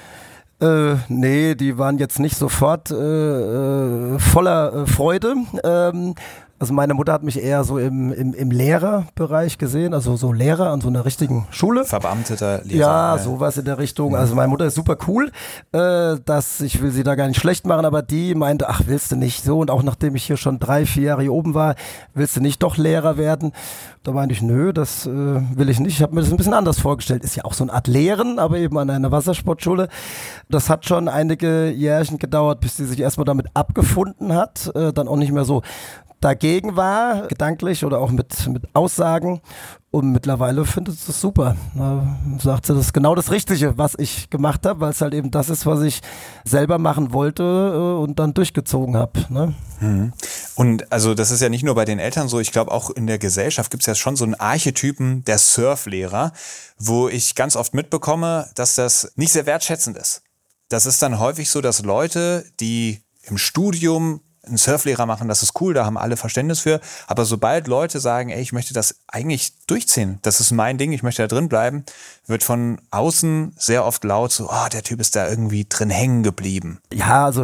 A: Nee, die waren jetzt nicht sofort voller Freude. Also meine Mutter hat mich eher so im Lehrerbereich gesehen, also so Lehrer an so einer richtigen Schule.
E: Verbeamteter Lehrer.
A: Ja, sowas in der Richtung. Also meine Mutter ist super cool, ich will sie da gar nicht schlecht machen, aber die meinte, ach, willst du nicht so? Und auch nachdem ich hier schon 3-4 Jahre hier oben war, willst du nicht doch Lehrer werden? Da meinte ich, nö, das will ich nicht. Ich habe mir das ein bisschen anders vorgestellt. Ist ja auch so eine Art Lehren, aber eben an einer Wassersportschule. Das hat schon einige Jährchen gedauert, bis sie sich erstmal damit abgefunden hat, dann auch nicht mehr so dagegen war, gedanklich oder auch mit Aussagen. Und mittlerweile findet sie es super. Sagt sie, das ist genau das Richtige, was ich gemacht habe, weil es halt eben das ist, was ich selber machen wollte und dann durchgezogen habe. Ne?
E: Und also das ist ja nicht nur bei den Eltern so, ich glaube auch in der Gesellschaft gibt es ja schon so einen Archetypen der Surflehrer, wo ich ganz oft mitbekomme, dass das nicht sehr wertschätzend ist. Das ist dann häufig so, dass Leute, die im Studium einen Surflehrer machen, das ist cool, da haben alle Verständnis für. Aber sobald Leute sagen, ey, ich möchte das eigentlich durchziehen, das ist mein Ding, ich möchte da drin bleiben, wird von außen sehr oft laut so, der Typ ist da irgendwie drin hängen geblieben.
A: Ja, also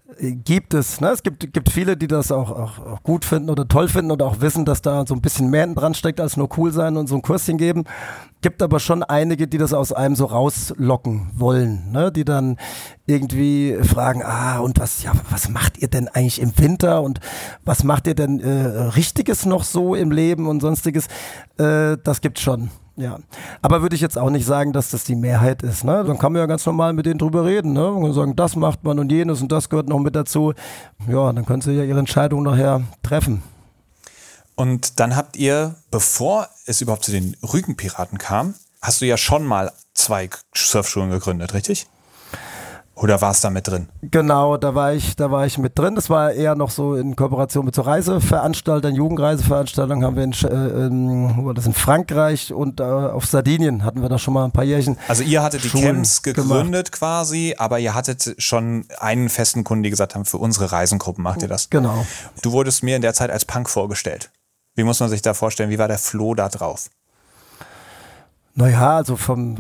A: gibt es. Ne? Es gibt viele, die das auch gut finden oder toll finden oder auch wissen, dass da so ein bisschen mehr dran steckt, als nur cool sein und so ein Kurschen geben. Gibt aber schon einige, die das aus einem so rauslocken wollen, ne? Die dann irgendwie fragen, und was macht ihr denn eigentlich im Winter und was macht ihr denn Richtiges noch so im Leben und sonstiges? Das gibt's schon. Ja, aber würde ich jetzt auch nicht sagen, dass das die Mehrheit ist. Ne? Dann kann man ja ganz normal mit denen drüber reden. Ne? Man kann sagen, das macht man und jenes und das gehört noch mit dazu. Ja, dann können sie ja ihre Entscheidung nachher treffen.
E: Und dann habt ihr, bevor es überhaupt zu den Rügenpiraten kam, hast du ja schon mal 2 Surfschulen gegründet, richtig? Oder war es da mit drin?
A: Genau, da war ich mit drin. Das war eher noch so in Kooperation mit so Reiseveranstaltern, Jugendreiseveranstaltungen haben wir in Frankreich und auf Sardinien hatten wir da schon mal ein paar Jährchen.
E: Also ihr hattet die Camps gegründet
A: gemacht.
E: Quasi, aber ihr hattet schon einen festen Kunden, die gesagt haben, für unsere Reisengruppen macht ihr das.
A: Genau.
E: Du wurdest mir in der Zeit als Punk vorgestellt. Wie muss man sich da vorstellen? Wie war der Floh da drauf?
A: Naja, also vom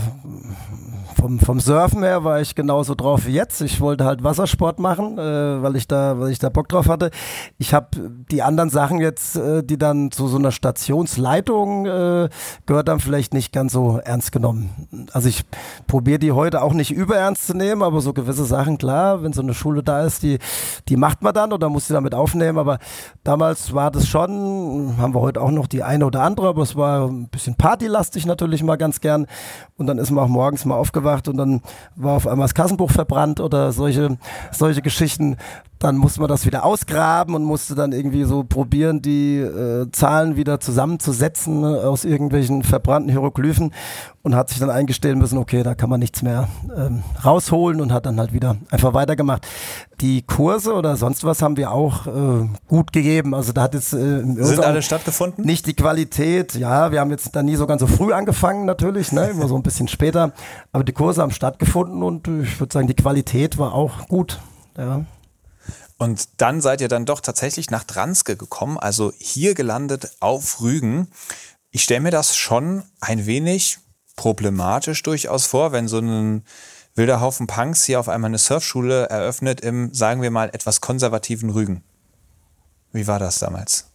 A: Surfen her war ich genauso drauf wie jetzt. Ich wollte halt Wassersport machen, weil ich da Bock drauf hatte. Ich habe die anderen Sachen jetzt, die dann zu so einer Stationsleitung gehört, dann vielleicht nicht ganz so ernst genommen. Also ich probiere die heute auch nicht überernst zu nehmen, aber so gewisse Sachen, klar, wenn so eine Schule da ist, die macht man dann oder muss sie damit aufnehmen. Aber damals war das schon, haben wir heute auch noch die eine oder andere, aber es war ein bisschen partylastig natürlich mal ganz gern. Und dann ist man auch morgens mal aufgewacht und dann war auf einmal das Kassenbuch verbrannt oder solche Geschichten. Dann musste man das wieder ausgraben und musste dann irgendwie so probieren, die Zahlen wieder zusammenzusetzen aus irgendwelchen verbrannten Hieroglyphen und hat sich dann eingestehen müssen, okay, da kann man nichts mehr rausholen und hat dann halt wieder einfach weitergemacht. Die Kurse oder sonst was haben wir auch gut gegeben. Also da hat jetzt
E: sind alle stattgefunden?
A: Nicht die Qualität. Ja, wir haben jetzt da nie so ganz so früh angefangen natürlich, ne, immer so ein bisschen später. Aber die Kurse haben stattgefunden und ich würde sagen, die Qualität war auch gut. Ja.
E: Und dann seid ihr dann doch tatsächlich nach Dranske gekommen, also hier gelandet auf Rügen. Ich stelle mir das schon ein wenig problematisch durchaus vor, wenn so ein wilder Haufen Punks hier auf einmal eine Surfschule eröffnet im, sagen wir mal, etwas konservativen Rügen. Wie war das damals?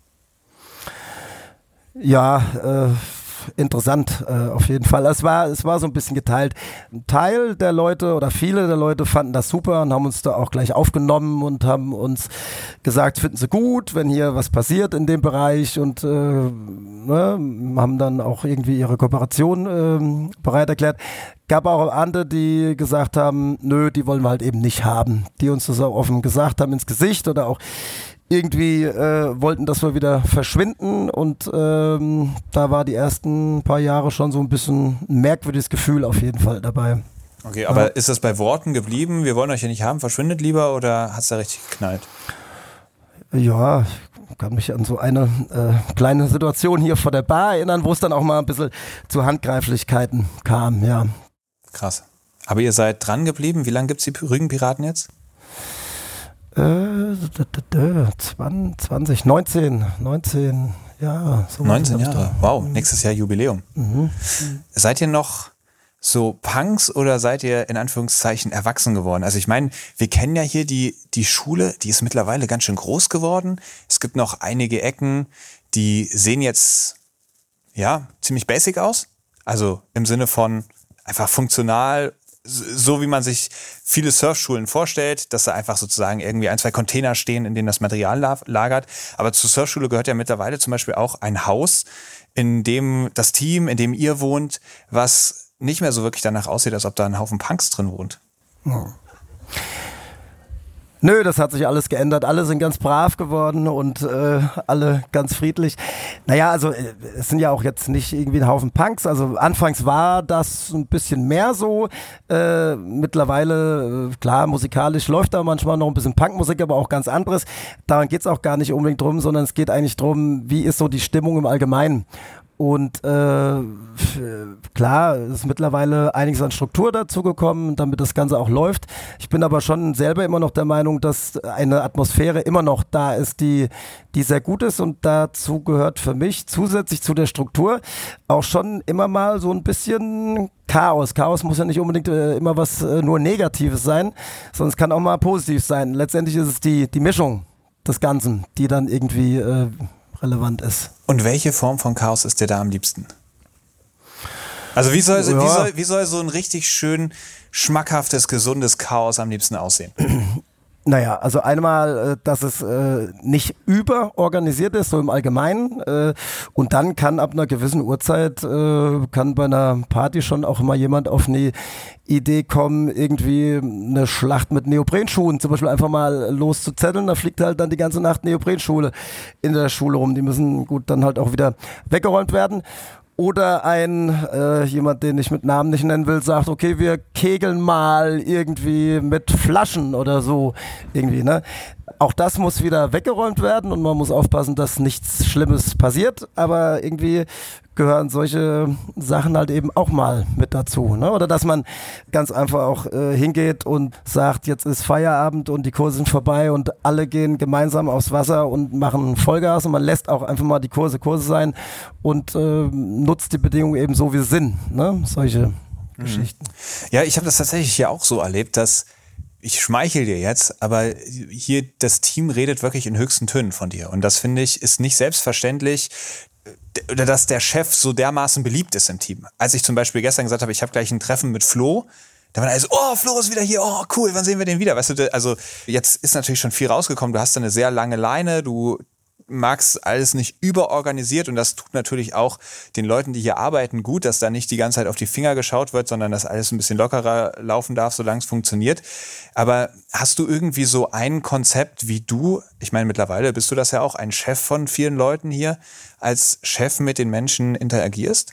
A: Ja, interessant auf jeden Fall. Es war so ein bisschen geteilt. Ein Teil der Leute oder viele der Leute fanden das super und haben uns da auch gleich aufgenommen und haben uns gesagt, finden sie gut, wenn hier was passiert in dem Bereich und haben dann auch irgendwie ihre Kooperation bereit erklärt. Gab auch andere, die gesagt haben, nö, die wollen wir halt eben nicht haben. Die uns das auch offen gesagt haben ins Gesicht oder auch irgendwie wollten, dass wir wieder verschwinden und da war die ersten paar Jahre schon so ein bisschen ein merkwürdiges Gefühl auf jeden Fall dabei.
E: Okay, aber ist das bei Worten geblieben? Wir wollen euch ja nicht haben, verschwindet lieber oder hat es da richtig geknallt?
A: Ja, ich kann mich an so eine kleine Situation hier vor der Bar erinnern, wo es dann auch mal ein bisschen zu Handgreiflichkeiten kam, ja.
E: Krass. Aber ihr seid dran geblieben. Wie lange gibt es die Rügenpiraten jetzt?
A: 19 Jahre. So
E: 19 Jahre, wow, nächstes Jahr Jubiläum. Mhm. Seid ihr noch so Punks oder seid ihr in Anführungszeichen erwachsen geworden? Also ich meine, wir kennen ja hier die Schule, die ist mittlerweile ganz schön groß geworden. Es gibt noch einige Ecken, die sehen jetzt ja ziemlich basic aus. Also im Sinne von einfach funktional, so wie man sich viele Surfschulen vorstellt, dass da einfach sozusagen irgendwie 1, 2 Container stehen, in denen das Material lagert. Aber zur Surfschule gehört ja mittlerweile zum Beispiel auch ein Haus, in dem das Team, in dem ihr wohnt, was nicht mehr so wirklich danach aussieht, als ob da ein Haufen Punks drin wohnt.
A: Ja. Nö, das hat sich alles geändert. Alle sind ganz brav geworden und alle ganz friedlich. Naja, also es sind ja auch jetzt nicht irgendwie ein Haufen Punks. Also anfangs war das ein bisschen mehr so. Mittlerweile, klar, musikalisch läuft da manchmal noch ein bisschen Punkmusik, aber auch ganz anderes. Daran geht's auch gar nicht unbedingt drum, sondern es geht eigentlich drum, wie ist so die Stimmung im Allgemeinen. Und klar, ist mittlerweile einiges an Struktur dazugekommen, damit das Ganze auch läuft. Ich bin aber schon selber immer noch der Meinung, dass eine Atmosphäre immer noch da ist, die sehr gut ist. Und dazu gehört für mich zusätzlich zu der Struktur auch schon immer mal so ein bisschen Chaos. Chaos muss ja nicht unbedingt immer was nur Negatives sein, sondern es kann auch mal positiv sein. Letztendlich ist es die Mischung des Ganzen, die dann irgendwie relevant ist.
E: Und welche Form von Chaos ist dir da am liebsten? Also wie soll so ein richtig schön schmackhaftes, gesundes Chaos am liebsten aussehen?
A: Naja, also einmal, dass es nicht überorganisiert ist, so im Allgemeinen. Und dann kann ab einer gewissen Uhrzeit, kann bei einer Party schon auch mal jemand auf eine Idee kommen, irgendwie eine Schlacht mit Neoprenschuhen zum Beispiel einfach mal loszuzetteln. Da fliegt halt dann die ganze Nacht Neoprenschuhe in der Schule rum. Die müssen gut dann halt auch wieder weggeräumt werden. Oder jemand, den ich mit Namen nicht nennen will, sagt, okay, wir kegeln mal irgendwie mit Flaschen oder so irgendwie, ne? Auch das muss wieder weggeräumt werden und man muss aufpassen, dass nichts Schlimmes passiert, aber irgendwie gehören solche Sachen halt eben auch mal mit dazu, ne? Oder dass man ganz einfach auch hingeht und sagt, jetzt ist Feierabend und die Kurse sind vorbei und alle gehen gemeinsam aufs Wasser und machen Vollgas und man lässt auch einfach mal die Kurse sein und nutzt die Bedingungen eben so, wie sie sind, ne? Solche Geschichten.
E: Ja, ich habe das tatsächlich hier auch so erlebt, dass ich schmeichel dir jetzt, aber hier das Team redet wirklich in höchsten Tönen von dir. Und das, finde ich, ist nicht selbstverständlich, oder dass der Chef so dermaßen beliebt ist im Team. Als ich zum Beispiel gestern gesagt habe, ich habe gleich ein Treffen mit Flo, da war alles, oh, Flo ist wieder hier, oh, cool, wann sehen wir den wieder? Weißt du, also jetzt ist natürlich schon viel rausgekommen, du hast da eine sehr lange Leine, du magst alles nicht überorganisiert und das tut natürlich auch den Leuten, die hier arbeiten, gut, dass da nicht die ganze Zeit auf die Finger geschaut wird, sondern dass alles ein bisschen lockerer laufen darf, solange es funktioniert. Aber hast du irgendwie so ein Konzept, wie du, ich meine, mittlerweile bist du das ja auch, ein Chef von vielen Leuten hier, als Chef mit den Menschen interagierst?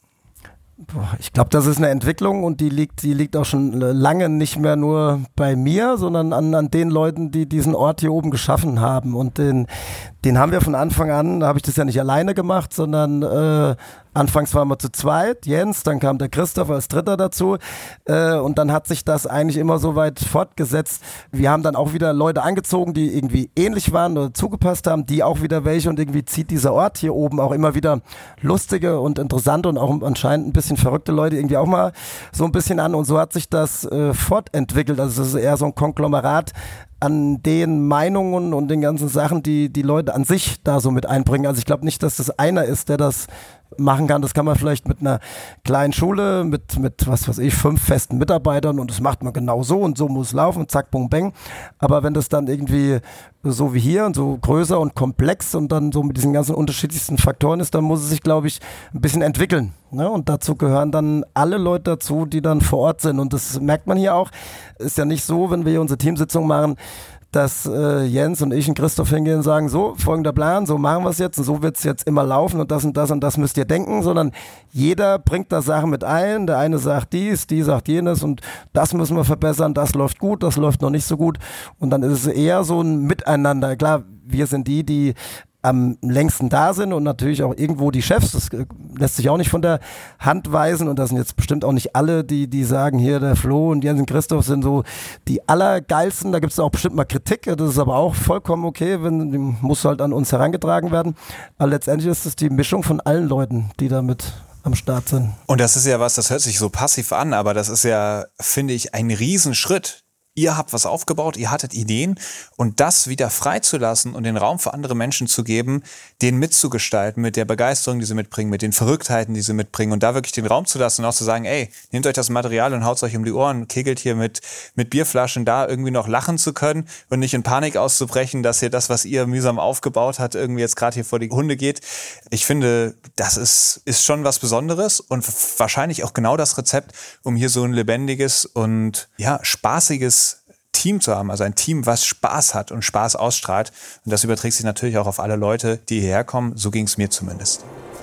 A: Ich glaube, das ist eine Entwicklung und die liegt auch schon lange nicht mehr nur bei mir, sondern an den Leuten, die diesen Ort hier oben geschaffen haben. Und den haben wir von Anfang an, da habe ich das ja nicht alleine gemacht, sondern anfangs waren wir zu zweit, Jens, dann kam der Christoph als Dritter dazu und dann hat sich das eigentlich immer so weit fortgesetzt. Wir haben dann auch wieder Leute angezogen, die irgendwie ähnlich waren oder zugepasst haben, die auch wieder welche und irgendwie zieht dieser Ort hier oben auch immer wieder lustige und interessante und auch anscheinend ein bisschen verrückte Leute irgendwie auch mal so ein bisschen an und so hat sich das fortentwickelt. Also es ist eher so ein Konglomerat an den Meinungen und den ganzen Sachen, die Leute an sich da so mit einbringen. Also ich glaube nicht, dass das einer ist, der das machen kann. Das kann man vielleicht mit einer kleinen Schule, mit was weiß ich, 5 festen Mitarbeitern und das macht man genau so und so muss es laufen, zack, bung, bang. Aber wenn das dann irgendwie so wie hier und so größer und komplex und dann so mit diesen ganzen unterschiedlichsten Faktoren ist, dann muss es sich, glaube ich, ein bisschen entwickeln. Ne? Und dazu gehören dann alle Leute dazu, die dann vor Ort sind. Und das merkt man hier auch. Ist ja nicht so, wenn wir hier unsere Teamsitzung machen, dass Jens und ich und Christoph hingehen und sagen, so, folgender Plan, so machen wir es jetzt und so wird es jetzt immer laufen und das und das und das müsst ihr denken, sondern jeder bringt da Sachen mit ein, der eine sagt dies, die sagt jenes und das müssen wir verbessern, das läuft gut, das läuft noch nicht so gut und dann ist es eher so ein Miteinander. Klar, wir sind die am längsten da sind und natürlich auch irgendwo die Chefs, das lässt sich auch nicht von der Hand weisen und das sind jetzt bestimmt auch nicht alle, die sagen, hier der Flo und Jens und Christoph sind so die allergeilsten, da gibt es auch bestimmt mal Kritik, das ist aber auch vollkommen okay, die muss halt an uns herangetragen werden, aber letztendlich ist es die Mischung von allen Leuten, die damit am Start sind.
E: Und das ist ja was, das hört sich so passiv an, aber das ist ja, finde ich, ein Riesenschritt. Ihr habt was aufgebaut, ihr hattet Ideen und das wieder freizulassen und den Raum für andere Menschen zu geben, den mitzugestalten mit der Begeisterung, die sie mitbringen, mit den Verrücktheiten, die sie mitbringen und da wirklich den Raum zu lassen und auch zu sagen, ey, nehmt euch das Material und haut's euch um die Ohren, kegelt hier mit Bierflaschen, da irgendwie noch lachen zu können und nicht in Panik auszubrechen, dass hier das, was ihr mühsam aufgebaut habt, irgendwie jetzt gerade hier vor die Hunde geht. Ich finde, das ist schon was Besonderes und wahrscheinlich auch genau das Rezept, um hier so ein lebendiges und ja, spaßiges Team zu haben, also ein Team, was Spaß hat und Spaß ausstrahlt. Und das überträgt sich natürlich auch auf alle Leute, die hierher kommen. So ging es mir zumindest.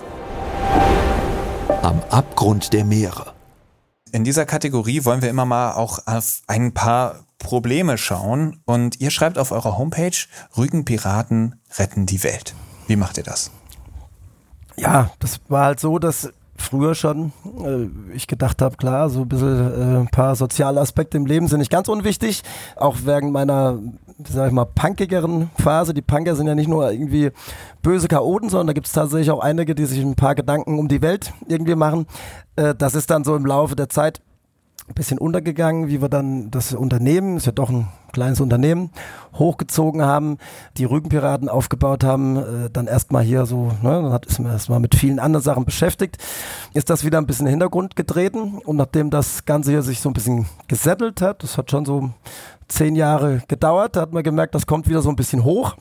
B: Am Abgrund der Meere.
E: In dieser Kategorie wollen wir immer mal auch auf ein paar Probleme schauen. Und ihr schreibt auf eurer Homepage, Rügenpiraten retten die Welt. Wie macht ihr das?
A: Ja, das war halt so, dass früher schon ich gedacht habe, klar, so ein bisschen ein paar soziale Aspekte im Leben sind nicht ganz unwichtig, auch während meiner, sag ich mal, punkigeren Phase. Die Punker sind ja nicht nur irgendwie böse Chaoten, sondern da gibt es tatsächlich auch einige, die sich ein paar Gedanken um die Welt irgendwie machen. Das ist dann so im Laufe der Zeit ein bisschen untergegangen, wie wir dann das Unternehmen, ist ja doch ein kleines Unternehmen, hochgezogen haben, die Rügenpiraten aufgebaut haben, dann erstmal hier so, dann ist man erstmal mit vielen anderen Sachen beschäftigt, ist das wieder ein bisschen in den Hintergrund getreten und nachdem das Ganze hier sich so ein bisschen gesettelt hat, das hat schon so 10 Jahre gedauert, da hat man gemerkt, das kommt wieder so ein bisschen hoch.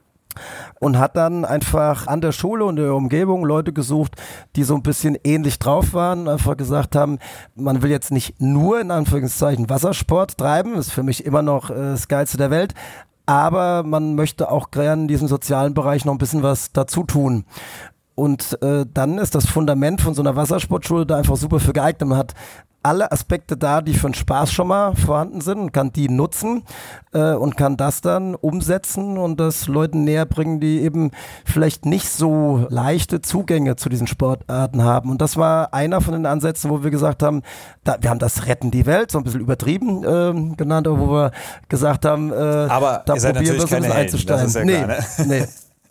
A: Und hat dann einfach an der Schule und der Umgebung Leute gesucht, die so ein bisschen ähnlich drauf waren, einfach gesagt haben, man will jetzt nicht nur in Anführungszeichen Wassersport treiben, ist für mich immer noch das Geilste der Welt, aber man möchte auch gerne in diesem sozialen Bereich noch ein bisschen was dazu tun. Und dann ist das Fundament von so einer Wassersportschule da einfach super für geeignet. Man hat alle Aspekte da, die für den Spaß schon mal vorhanden sind und kann die nutzen und kann das dann umsetzen und das Leuten näher bringen, die eben vielleicht nicht so leichte Zugänge zu diesen Sportarten haben. Und das war einer von den Ansätzen, wo wir gesagt haben, wir haben das Retten die Welt, so ein bisschen übertrieben genannt, wo wir gesagt haben,
E: aber
A: da
E: ihr seid
A: probieren wir
E: natürlich keine
A: es
E: Helden,
A: einzusteigen.
E: das ist ja klar, ne?
A: Nee.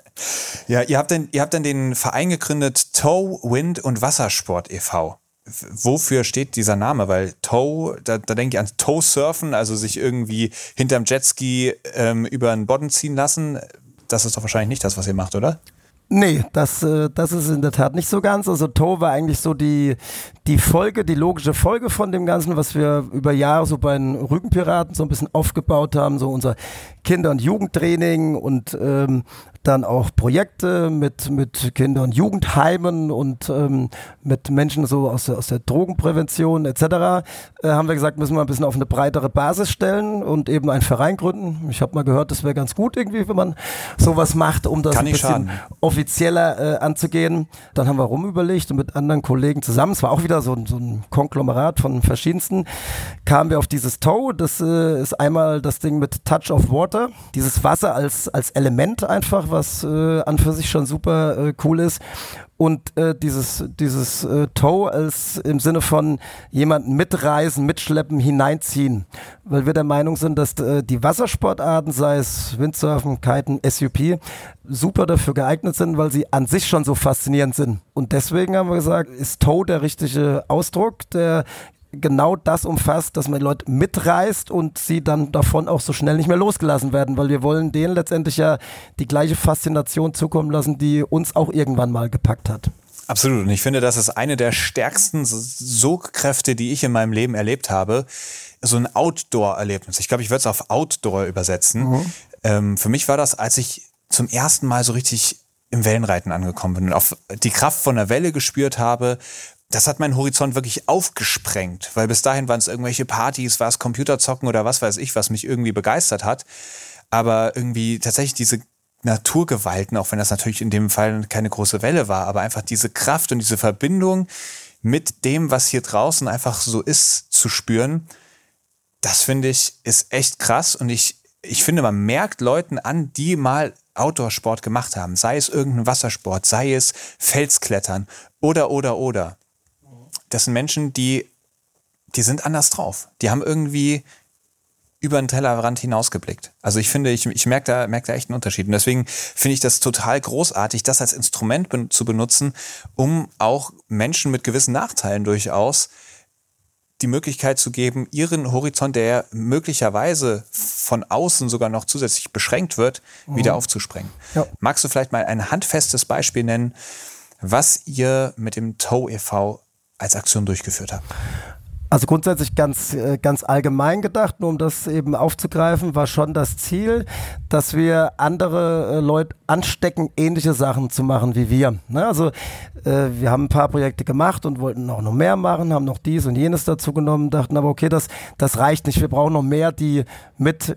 E: Ja, ihr habt dann den Verein gegründet, Tow, Wind und Wassersport e.V. Wofür steht dieser Name? Weil Tow, da denke ich an Tow-Surfen, also sich irgendwie hinterm Jetski über den Bodden ziehen lassen. Das ist doch wahrscheinlich nicht das, was ihr macht, oder?
A: Nee, das ist in der Tat nicht so ganz. Also Tow war eigentlich so die Folge, die logische Folge von dem Ganzen, was wir über Jahre so bei den Rügenpiraten so ein bisschen aufgebaut haben, so unser Kinder- und Jugendtraining und dann auch Projekte mit Kinder- und Jugendheimen und mit Menschen so aus der Drogenprävention etc. Haben wir gesagt, müssen wir ein bisschen auf eine breitere Basis stellen und eben einen Verein gründen. Ich habe mal gehört, das wäre ganz gut irgendwie, wenn man sowas macht, um das ein bisschen offizieller anzugehen. Dann haben wir rumüberlegt und mit anderen Kollegen zusammen, es war auch wieder so ein Konglomerat von verschiedensten, kamen wir auf dieses Tow. Das ist einmal das Ding mit Touch of Water, dieses Wasser als Element einfach, was an für sich schon super cool ist. Und dieses Tow als im Sinne von jemanden mitreißen, mitschleppen, hineinziehen. Weil wir der Meinung sind, dass die Wassersportarten, sei es Windsurfen, Kiten, SUP, super dafür geeignet sind, weil sie an sich schon so faszinierend sind. Und deswegen haben wir gesagt, ist Tow der richtige Ausdruck, der genau das umfasst, dass man Leute mitreißt und sie dann davon auch so schnell nicht mehr losgelassen werden, weil wir wollen denen letztendlich ja die gleiche Faszination zukommen lassen, die uns auch irgendwann mal gepackt hat.
E: Absolut. Und ich finde, das ist eine der stärksten Sogkräfte, die ich in meinem Leben erlebt habe. So ein Outdoor-Erlebnis. Ich glaube, ich würde es auf Outdoor übersetzen. Für mich war das, als ich zum ersten Mal so richtig im Wellenreiten angekommen bin und auf die Kraft von der Welle gespürt habe. Das hat meinen Horizont wirklich aufgesprengt, weil bis dahin waren es irgendwelche Partys, war es Computerzocken oder was weiß ich, was mich irgendwie begeistert hat. Aber irgendwie tatsächlich diese Naturgewalten, auch wenn das natürlich in dem Fall keine große Welle war, aber einfach diese Kraft und diese Verbindung mit dem, was hier draußen einfach so ist, zu spüren, das finde ich, ist echt krass. Und ich finde, man merkt Leuten an, die mal Outdoor-Sport gemacht haben, sei es irgendein Wassersport, sei es Felsklettern oder. Das sind Menschen, die sind anders drauf. Die haben irgendwie über den Tellerrand hinausgeblickt. Also ich finde, ich merke da echt einen Unterschied. Und deswegen finde ich das total großartig, das als Instrument zu benutzen, um auch Menschen mit gewissen Nachteilen durchaus die Möglichkeit zu geben, ihren Horizont, der möglicherweise von außen sogar noch zusätzlich beschränkt wird, wieder aufzusprengen. Ja. Magst du vielleicht mal ein handfestes Beispiel nennen, was ihr mit dem Tow e.V. als Aktion durchgeführt habt?
A: Also grundsätzlich ganz allgemein gedacht, nur um das eben aufzugreifen, war schon das Ziel, dass wir andere Leute anstecken, ähnliche Sachen zu machen wie wir. Ne? Also wir haben ein paar Projekte gemacht und wollten auch noch mehr machen, haben noch dies und jenes dazu genommen, dachten aber okay, das reicht nicht, wir brauchen noch mehr, die mit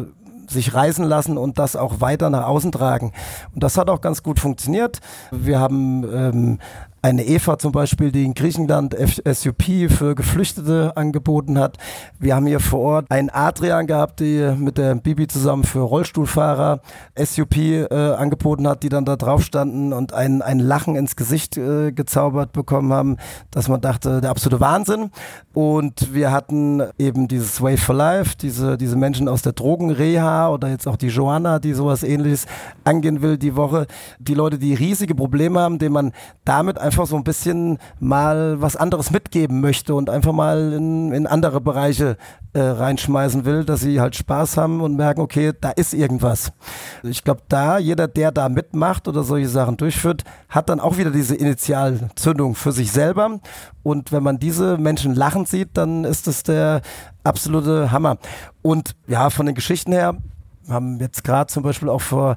A: sich reißen lassen und das auch weiter nach außen tragen. Und das hat auch ganz gut funktioniert. Wir haben eine Eva zum Beispiel, die in Griechenland SUP für Geflüchtete angeboten hat. Wir haben hier vor Ort einen Adrian gehabt, die mit der Bibi zusammen für Rollstuhlfahrer SUP angeboten hat, die dann da drauf standen und ein Lachen ins Gesicht gezaubert bekommen haben, dass man dachte, der absolute Wahnsinn. Und wir hatten eben dieses Wave for Life, diese Menschen aus der Drogenreha oder jetzt auch die Joanna, die sowas Ähnliches angehen will die Woche. Die Leute, die riesige Probleme haben, denen man damit einfach so ein bisschen mal was anderes mitgeben möchte und einfach mal in andere Bereiche reinschmeißen will, dass sie halt Spaß haben und merken, okay, da ist irgendwas. Ich glaube, jeder, der da mitmacht oder solche Sachen durchführt, hat dann auch wieder diese Initialzündung für sich selber. Und wenn man diese Menschen lachend sieht, dann ist das der absolute Hammer. Und ja, von den Geschichten her, haben jetzt gerade zum Beispiel auch vor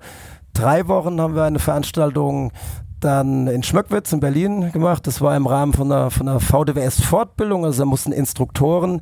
A: 3 Wochen haben wir eine Veranstaltung dann in Schmöckwitz in Berlin gemacht. Das war im Rahmen von einer VDWS-Fortbildung. Also da mussten Instruktoren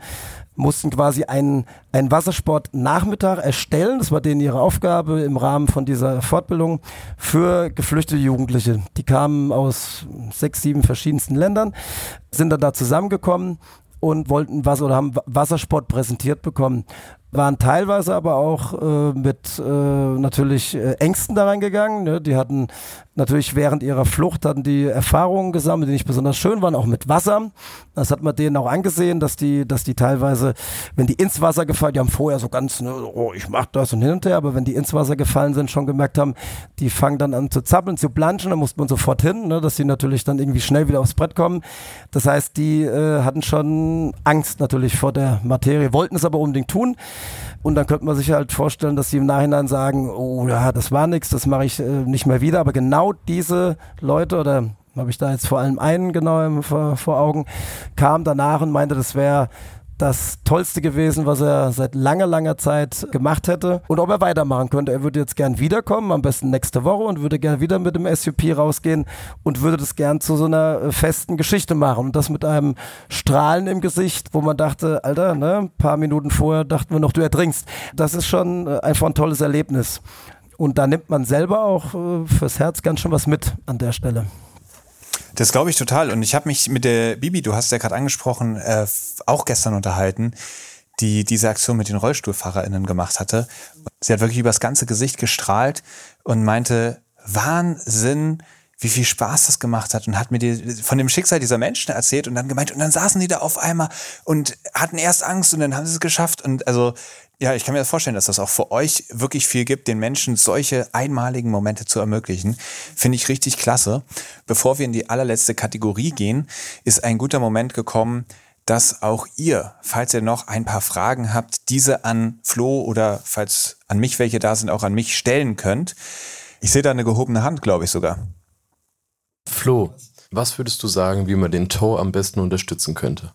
A: quasi einen Wassersportnachmittag erstellen. Das war denen ihre Aufgabe im Rahmen von dieser Fortbildung für geflüchtete Jugendliche. Die kamen aus 6, 7 verschiedensten Ländern, sind dann da zusammengekommen und wollten haben Wassersport präsentiert bekommen. Waren teilweise aber auch mit natürlich Ängsten da reingegangen. Ne? Die hatten natürlich während ihrer Flucht die Erfahrungen gesammelt, die nicht besonders schön waren, auch mit Wasser. Das hat man denen auch angesehen, dass die teilweise, wenn die ins Wasser gefallen, die haben vorher so ganz, ich mach das und hin und her, aber wenn die ins Wasser gefallen sind, schon gemerkt haben, die fangen dann an zu zappeln, zu planschen, da musste man sofort hin, ne? Dass sie natürlich dann irgendwie schnell wieder aufs Brett kommen. Das heißt, die hatten schon Angst natürlich vor der Materie, wollten es aber unbedingt tun. Und dann könnte man sich halt vorstellen, dass sie im Nachhinein sagen, oh ja, das war nichts, das mache ich nicht mehr wieder. Aber genau diese Leute, oder habe ich da jetzt vor allem einen genau vor Augen, kam danach und meinte, das wäre das Tollste gewesen, was er seit langer Zeit gemacht hätte. Und ob er weitermachen könnte. Er würde jetzt gern wiederkommen, am besten nächste Woche, und würde gern wieder mit dem SUP rausgehen und würde das gern zu so einer festen Geschichte machen. Und das mit einem Strahlen im Gesicht, wo man dachte, Alter, ne, ein paar Minuten vorher dachten wir noch, du ertrinkst. Das ist schon einfach ein tolles Erlebnis. Und da nimmt man selber auch fürs Herz ganz schön was mit an der Stelle.
E: Das glaube ich total. Und ich habe mich mit der Bibi, du hast ja gerade angesprochen, auch gestern unterhalten, die diese Aktion mit den RollstuhlfahrerInnen gemacht hatte. Sie hat wirklich über das ganze Gesicht gestrahlt und meinte, Wahnsinn, wie viel Spaß das gemacht hat, und hat mir von dem Schicksal dieser Menschen erzählt und dann gemeint, und dann saßen die da auf einmal und hatten erst Angst und dann haben sie es geschafft. Und also, ja, ich kann mir das vorstellen, dass das auch für euch wirklich viel gibt, den Menschen solche einmaligen Momente zu ermöglichen. Finde ich richtig klasse. Bevor wir in die allerletzte Kategorie gehen, ist ein guter Moment gekommen, dass auch ihr, falls ihr noch ein paar Fragen habt, diese an Flo oder falls an mich welche da sind, auch an mich stellen könnt. Ich sehe da eine gehobene Hand, glaube ich sogar.
F: Flo, was würdest du sagen, wie man den Toe am besten unterstützen könnte?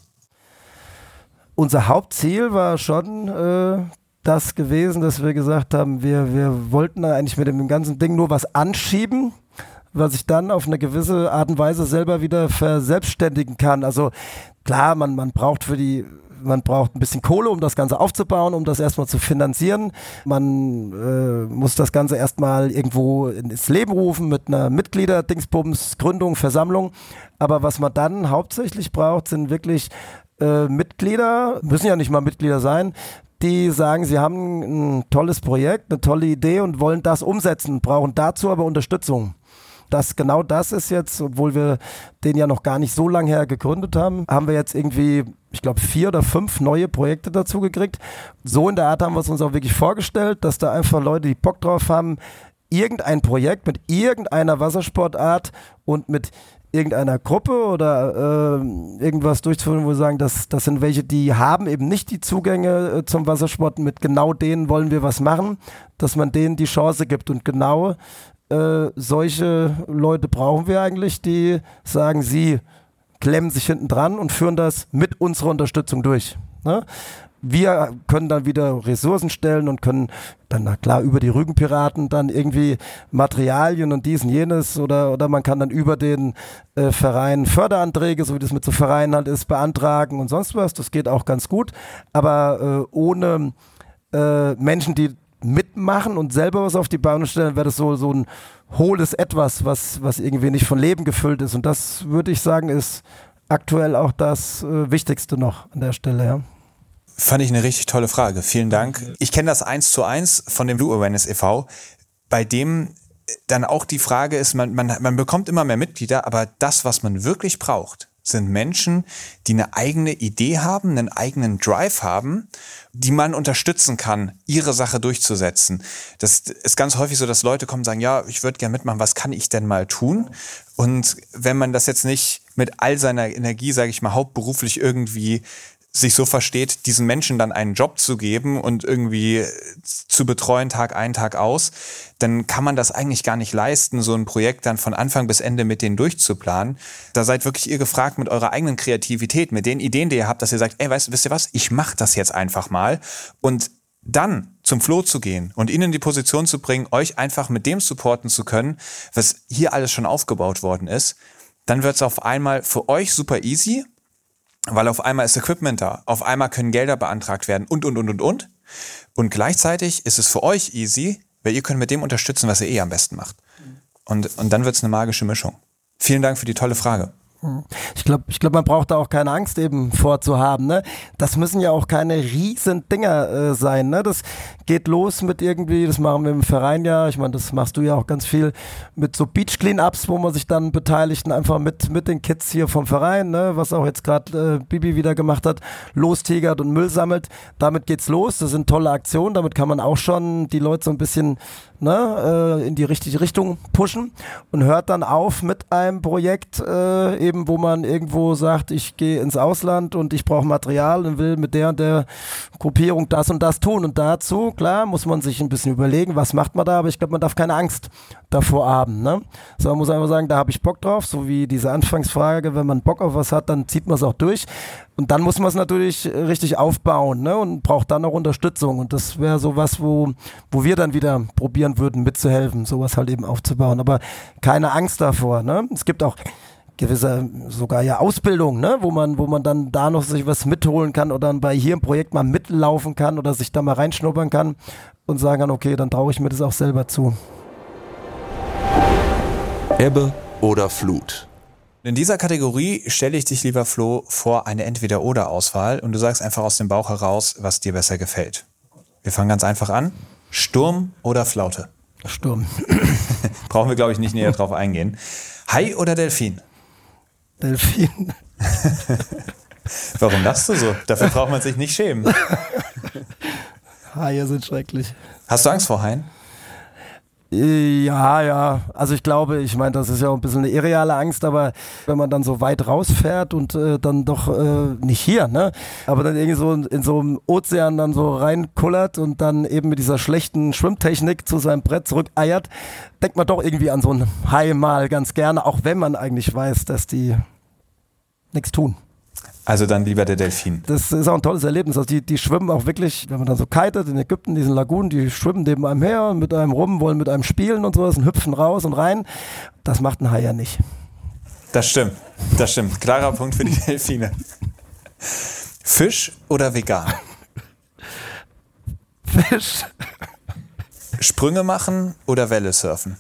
A: Unser Hauptziel war schon das gewesen, dass wir gesagt haben, wir wollten eigentlich mit dem ganzen Ding nur was anschieben, was sich dann auf eine gewisse Art und Weise selber wieder verselbstständigen kann. Also klar, man braucht ein bisschen Kohle, um das Ganze aufzubauen, um das erstmal zu finanzieren. Man muss das Ganze erstmal irgendwo ins Leben rufen mit einer Mitglieder-Dingsbums, Gründung, Versammlung. Aber was man dann hauptsächlich braucht, sind wirklich Mitglieder, müssen ja nicht mal Mitglieder sein, die sagen, sie haben ein tolles Projekt, eine tolle Idee und wollen das umsetzen, brauchen dazu aber Unterstützung. Genau das ist jetzt, obwohl wir den ja noch gar nicht so lange her gegründet haben, haben wir jetzt irgendwie, ich glaube, 4 oder 5 neue Projekte dazu gekriegt. So in der Art haben wir es uns auch wirklich vorgestellt, dass da einfach Leute, die Bock drauf haben, irgendein Projekt mit irgendeiner Wassersportart und mit irgendeiner Gruppe oder irgendwas durchzuführen, wo wir sagen, das sind welche, die haben eben nicht die Zugänge zum Wassersport, mit genau denen wollen wir was machen, dass man denen die Chance gibt, und genau solche Leute brauchen wir eigentlich, die sagen, sie klemmen sich hinten dran und führen das mit unserer Unterstützung durch. Ne? Wir können dann wieder Ressourcen stellen und können dann, na klar, über die Rügenpiraten dann irgendwie Materialien und dies und jenes, oder man kann dann über den Verein Förderanträge, so wie das mit so Vereinen halt ist, beantragen und sonst was. Das geht auch ganz gut. Aber ohne Menschen, die mitmachen und selber was auf die Beine stellen, wäre das so ein hohles Etwas, was irgendwie nicht von Leben gefüllt ist. Und das, würde ich sagen, ist aktuell auch das Wichtigste noch an der Stelle, ja.
E: Fand ich eine richtig tolle Frage. Vielen Dank. Ich kenne das 1:1 von dem Blue Awareness e.V., bei dem dann auch die Frage ist, man bekommt immer mehr Mitglieder, aber das, was man wirklich braucht, sind Menschen, die eine eigene Idee haben, einen eigenen Drive haben, die man unterstützen kann, ihre Sache durchzusetzen. Das ist ganz häufig so, dass Leute kommen und sagen, ja, ich würde gerne mitmachen, was kann ich denn mal tun? Und wenn man das jetzt nicht mit all seiner Energie, sage ich mal, hauptberuflich irgendwie sich so versteht, diesen Menschen dann einen Job zu geben und irgendwie zu betreuen, Tag ein, Tag aus, dann kann man das eigentlich gar nicht leisten, so ein Projekt dann von Anfang bis Ende mit denen durchzuplanen. Da seid wirklich ihr gefragt mit eurer eigenen Kreativität, mit den Ideen, die ihr habt, dass ihr sagt, ey, wisst ihr was, ich mach das jetzt einfach mal. Und dann zum Flo zu gehen und ihn in die Position zu bringen, euch einfach mit dem supporten zu können, was hier alles schon aufgebaut worden ist, dann wird es auf einmal für euch super easy, weil auf einmal ist Equipment da, auf einmal können Gelder beantragt werden und. Und gleichzeitig ist es für euch easy, weil ihr könnt mit dem unterstützen, was ihr am besten macht. Und dann wird es eine magische Mischung. Vielen Dank für die tolle Frage.
A: Ich glaube, man braucht da auch keine Angst eben vorzuhaben, ne? Das müssen ja auch keine riesen Dinger sein, ne? Das geht los mit irgendwie, das machen wir im Verein ja, ich meine, das machst du ja auch ganz viel, mit so Beach Cleanups, wo man sich dann beteiligt und einfach mit den Kids hier vom Verein, ne? Was auch jetzt gerade Bibi wieder gemacht hat, lostigert und Müll sammelt. Damit geht's los, das sind tolle Aktionen, damit kann man auch schon die Leute so ein bisschen in die richtige Richtung pushen und hört dann auf mit einem Projekt eben, wo man irgendwo sagt, ich gehe ins Ausland und ich brauche Material und will mit der und der Gruppierung das und das tun. Und dazu, klar, muss man sich ein bisschen überlegen, was macht man da, aber ich glaube, man darf keine Angst davor haben, ne? So, man muss einfach sagen, da habe ich Bock drauf, so wie diese Anfangsfrage, wenn man Bock auf was hat, dann zieht man es auch durch. Und dann muss man es natürlich richtig aufbauen, ne? Und braucht dann auch Unterstützung. Und das wäre so was, wo wir dann wieder probieren würden, mitzuhelfen, sowas halt eben aufzubauen. Aber keine Angst davor, ne? Es gibt auch gewisse sogar ja Ausbildung, ne? Wo man dann da noch sich was mitholen kann oder dann bei hier im Projekt mal mitlaufen kann oder sich da mal reinschnuppern kann und sagen kann, okay, dann traue ich mir das auch selber zu.
B: Ebbe oder Flut?
E: In dieser Kategorie stelle ich dich, lieber Flo, vor eine Entweder-oder-Auswahl und du sagst einfach aus dem Bauch heraus, was dir besser gefällt. Wir fangen ganz einfach an. Sturm oder Flaute?
A: Sturm.
E: Brauchen wir, glaube ich, nicht näher drauf eingehen. Hai oder Delfin?
A: Delfin.
E: Warum lachst du so? Dafür braucht man sich nicht schämen.
A: Haie sind schrecklich.
E: Hast du Angst vor Haien?
A: Ja. Also ich glaube, das ist ja auch ein bisschen eine irreale Angst, aber wenn man dann so weit rausfährt und dann doch nicht hier, ne? Aber dann irgendwie so in so einem Ozean dann so reinkullert und dann eben mit dieser schlechten Schwimmtechnik zu seinem Brett zurückeiert, denkt man doch irgendwie an so einen Hai mal ganz gerne, auch wenn man eigentlich weiß, dass die nichts tun.
E: Also dann lieber der Delfin.
A: Das ist auch ein tolles Erlebnis. Also die schwimmen auch wirklich, wenn man dann so kitet in Ägypten, diesen Lagunen, die schwimmen neben einem her und mit einem rum, wollen mit einem spielen und sowas und hüpfen raus und rein. Das macht ein Hai ja nicht.
E: Das stimmt. Klarer Punkt für die Delfine. Fisch oder vegan?
A: Fisch.
E: Sprünge machen oder Welle surfen?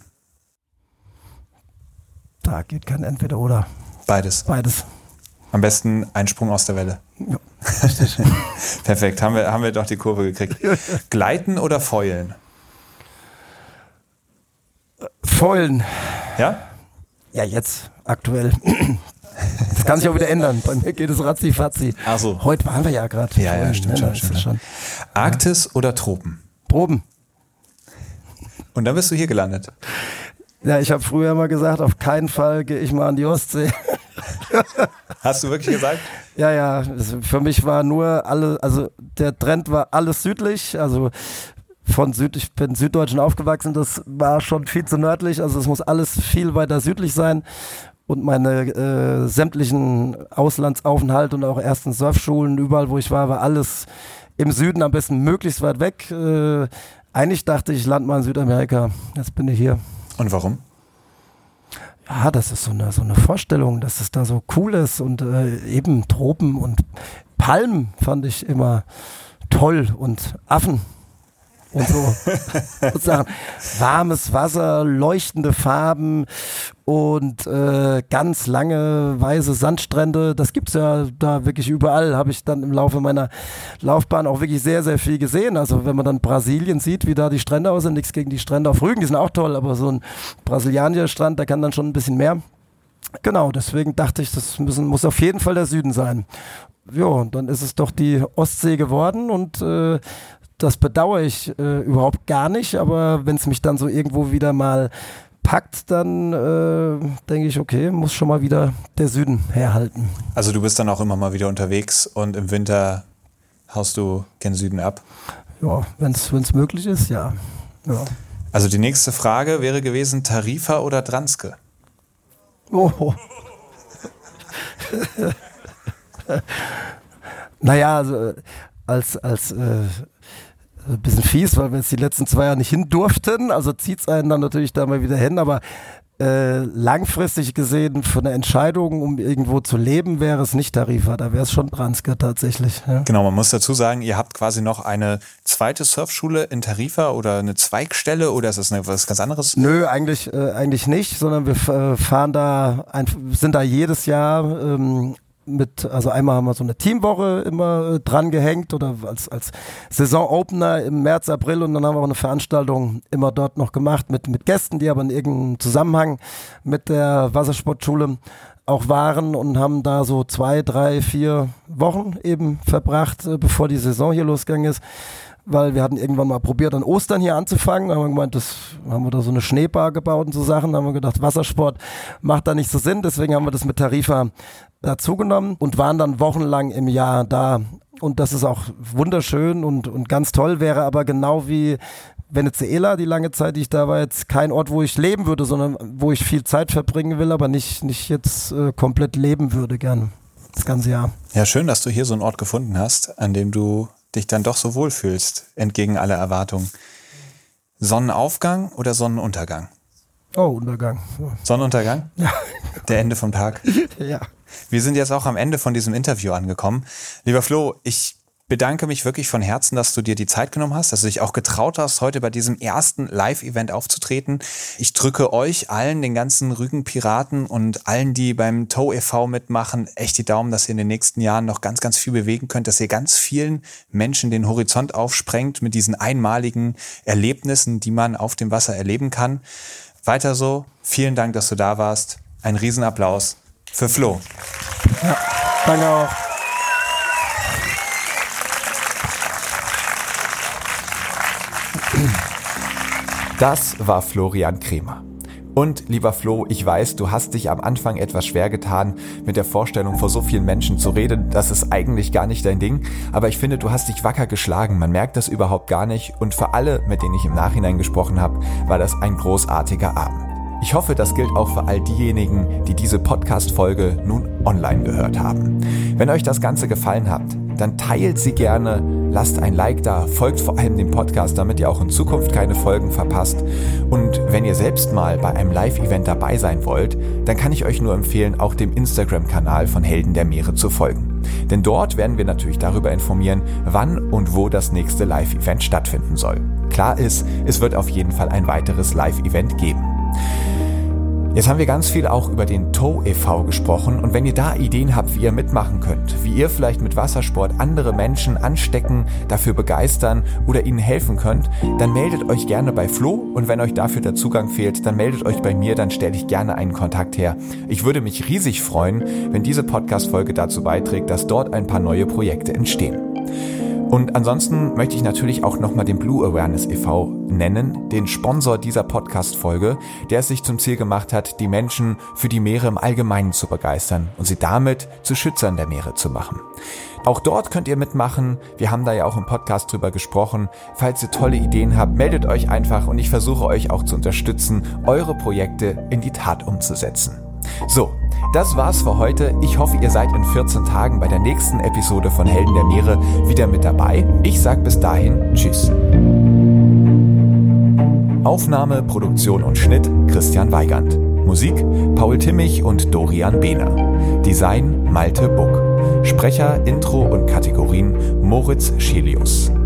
A: Da geht kein Entweder-Oder.
E: Beides. Am besten ein Sprung aus der Welle.
A: Ja,
E: Perfekt, haben wir doch die Kurve gekriegt. Gleiten oder Foilen?
A: Foilen.
E: Ja?
A: Ja, jetzt, aktuell. Das kann sich auch wieder ändern. Bei mir geht es ratzi-fatzi.
E: Ach so.
A: Heute waren wir ja gerade.
E: Ja, stimmt schon. Arktis oder Tropen?
A: Proben.
E: Und dann bist du hier gelandet.
A: Ja, ich habe früher mal gesagt, auf keinen Fall gehe ich mal an die Ostsee.
E: Hast du wirklich gesagt?
A: Ja, für mich war nur der Trend war alles südlich, also ich bin Süddeutschen aufgewachsen, das war schon viel zu nördlich, also es muss alles viel weiter südlich sein und meine sämtlichen Auslandsaufenthalte und auch ersten Surfschulen, überall wo ich war alles im Süden, am besten möglichst weit weg. Eigentlich dachte ich, lande mal in Südamerika, jetzt bin ich hier.
E: Und warum?
A: Ja, das ist so eine Vorstellung, dass es da so cool ist und eben Tropen und Palmen fand ich immer toll und Affen und so. Sozusagen warmes Wasser, leuchtende Farben und ganz lange weiße Sandstrände. Das gibt's ja da wirklich überall. Habe ich dann im Laufe meiner Laufbahn auch wirklich sehr, sehr viel gesehen. Also wenn man dann Brasilien sieht, wie da die Strände aussehen, nichts gegen die Strände auf Rügen, die sind auch toll, aber so ein brasilianischer Strand, der kann dann schon ein bisschen mehr. Genau, deswegen dachte ich, das muss auf jeden Fall der Süden sein. Ja, und dann ist es doch die Ostsee geworden und das bedauere ich überhaupt gar nicht, aber wenn es mich dann so irgendwo wieder mal packt, dann denke ich, okay, muss schon mal wieder der Süden herhalten.
E: Also du bist dann auch immer mal wieder unterwegs und im Winter haust du gen Süden ab?
A: Ja, wenn es möglich ist, ja.
E: Also die nächste Frage wäre gewesen, Tarifa oder Dranske?
A: Oh. Naja, also als ein bisschen fies, weil wir jetzt die letzten 2 Jahre nicht hin durften, also zieht es einen dann natürlich da mal wieder hin, aber langfristig gesehen von der Entscheidung, um irgendwo zu leben, wäre es nicht Tarifa, da wäre es schon Dranske tatsächlich. Ja.
E: Genau, man muss dazu sagen, ihr habt quasi noch eine zweite Surfschule in Tarifa oder eine Zweigstelle oder ist das was ganz anderes?
A: Nö, eigentlich nicht, sondern wir sind da jedes Jahr also einmal haben wir so eine Teamwoche immer dran gehängt oder als Saisonopener im März, April und dann haben wir auch eine Veranstaltung immer dort noch gemacht mit Gästen, die aber in irgendeinem Zusammenhang mit der Wassersportschule auch waren und haben da so 2, 3, 4 Wochen eben verbracht, bevor die Saison hier losgegangen ist. Weil wir hatten irgendwann mal probiert, an Ostern hier anzufangen. Da haben wir gemeint, haben wir da so eine Schneebar gebaut und so Sachen. Da haben wir gedacht, Wassersport macht da nicht so Sinn. Deswegen haben wir das mit Tarifa dazugenommen und waren dann wochenlang im Jahr da. Und das ist auch wunderschön und ganz toll. Wäre aber genau wie Venezuela, die lange Zeit, die ich da war, jetzt kein Ort, wo ich leben würde, sondern wo ich viel Zeit verbringen will, aber nicht jetzt komplett leben würde gerne. Das ganze Jahr.
E: Ja, schön, dass du hier so einen Ort gefunden hast, an dem du dich dann doch so wohlfühlst, entgegen aller Erwartungen. Sonnenaufgang oder Sonnenuntergang?
A: Oh, Untergang.
E: Sonnenuntergang?
A: Ja.
E: Der Ende vom Tag?
A: Ja.
E: Wir sind jetzt auch am Ende von diesem Interview angekommen. Lieber Flo, ich bedanke mich wirklich von Herzen, dass du dir die Zeit genommen hast, dass du dich auch getraut hast, heute bei diesem ersten Live-Event aufzutreten. Ich drücke euch allen, den ganzen Rügen-Piraten und allen, die beim Tow e.V. mitmachen, echt die Daumen, dass ihr in den nächsten Jahren noch ganz, ganz viel bewegen könnt, dass ihr ganz vielen Menschen den Horizont aufsprengt mit diesen einmaligen Erlebnissen, die man auf dem Wasser erleben kann. Weiter so. Vielen Dank, dass du da warst. Ein Riesenapplaus für Flo.
A: Ja, danke auch.
C: Das war Florian Kremer. Und lieber Flo, ich weiß, du hast dich am Anfang etwas schwer getan, mit der Vorstellung, vor so vielen Menschen zu reden. Das ist eigentlich gar nicht dein Ding. Aber ich finde, du hast dich wacker geschlagen. Man merkt das überhaupt gar nicht. Und für alle, mit denen ich im Nachhinein gesprochen habe, war das ein großartiger Abend. Ich hoffe, das gilt auch für all diejenigen, die diese Podcast-Folge nun online gehört haben. Wenn euch das Ganze gefallen hat, dann teilt sie gerne, lasst ein Like da, folgt vor allem dem Podcast, damit ihr auch in Zukunft keine Folgen verpasst. Und wenn ihr selbst mal bei einem Live-Event dabei sein wollt, dann kann ich euch nur empfehlen, auch dem Instagram-Kanal von Helden der Meere zu folgen. Denn dort werden wir natürlich darüber informieren, wann und wo das nächste Live-Event stattfinden soll. Klar ist, es wird auf jeden Fall ein weiteres Live-Event geben. Jetzt haben wir ganz viel auch über den Tow e.V. gesprochen und wenn ihr da Ideen habt, wie ihr mitmachen könnt, wie ihr vielleicht mit Wassersport andere Menschen anstecken, dafür begeistern oder ihnen helfen könnt, dann meldet euch gerne bei Flo und wenn euch dafür der Zugang fehlt, dann meldet euch bei mir, dann stelle ich gerne einen Kontakt her. Ich würde mich riesig freuen, wenn diese Podcast-Folge dazu beiträgt, dass dort ein paar neue Projekte entstehen. Und ansonsten möchte ich natürlich auch nochmal den Blue Awareness e.V. nennen, den Sponsor dieser Podcast-Folge, der es sich zum Ziel gemacht hat, die Menschen für die Meere im Allgemeinen zu begeistern und sie damit zu Schützern der Meere zu machen. Auch dort könnt ihr mitmachen, wir haben da ja auch im Podcast drüber gesprochen. Falls ihr tolle Ideen habt, meldet euch einfach und ich versuche euch auch zu unterstützen, eure Projekte in die Tat umzusetzen. So, das war's für heute. Ich hoffe, ihr seid in 14 Tagen bei der nächsten Episode von Helden der Meere wieder mit dabei. Ich sag bis dahin Tschüss. Aufnahme, Produktion und Schnitt Christian Weigand. Musik Paul Timmich und Dorian Behner. Design Malte Buck. Sprecher, Intro und Kategorien Moritz Schelius.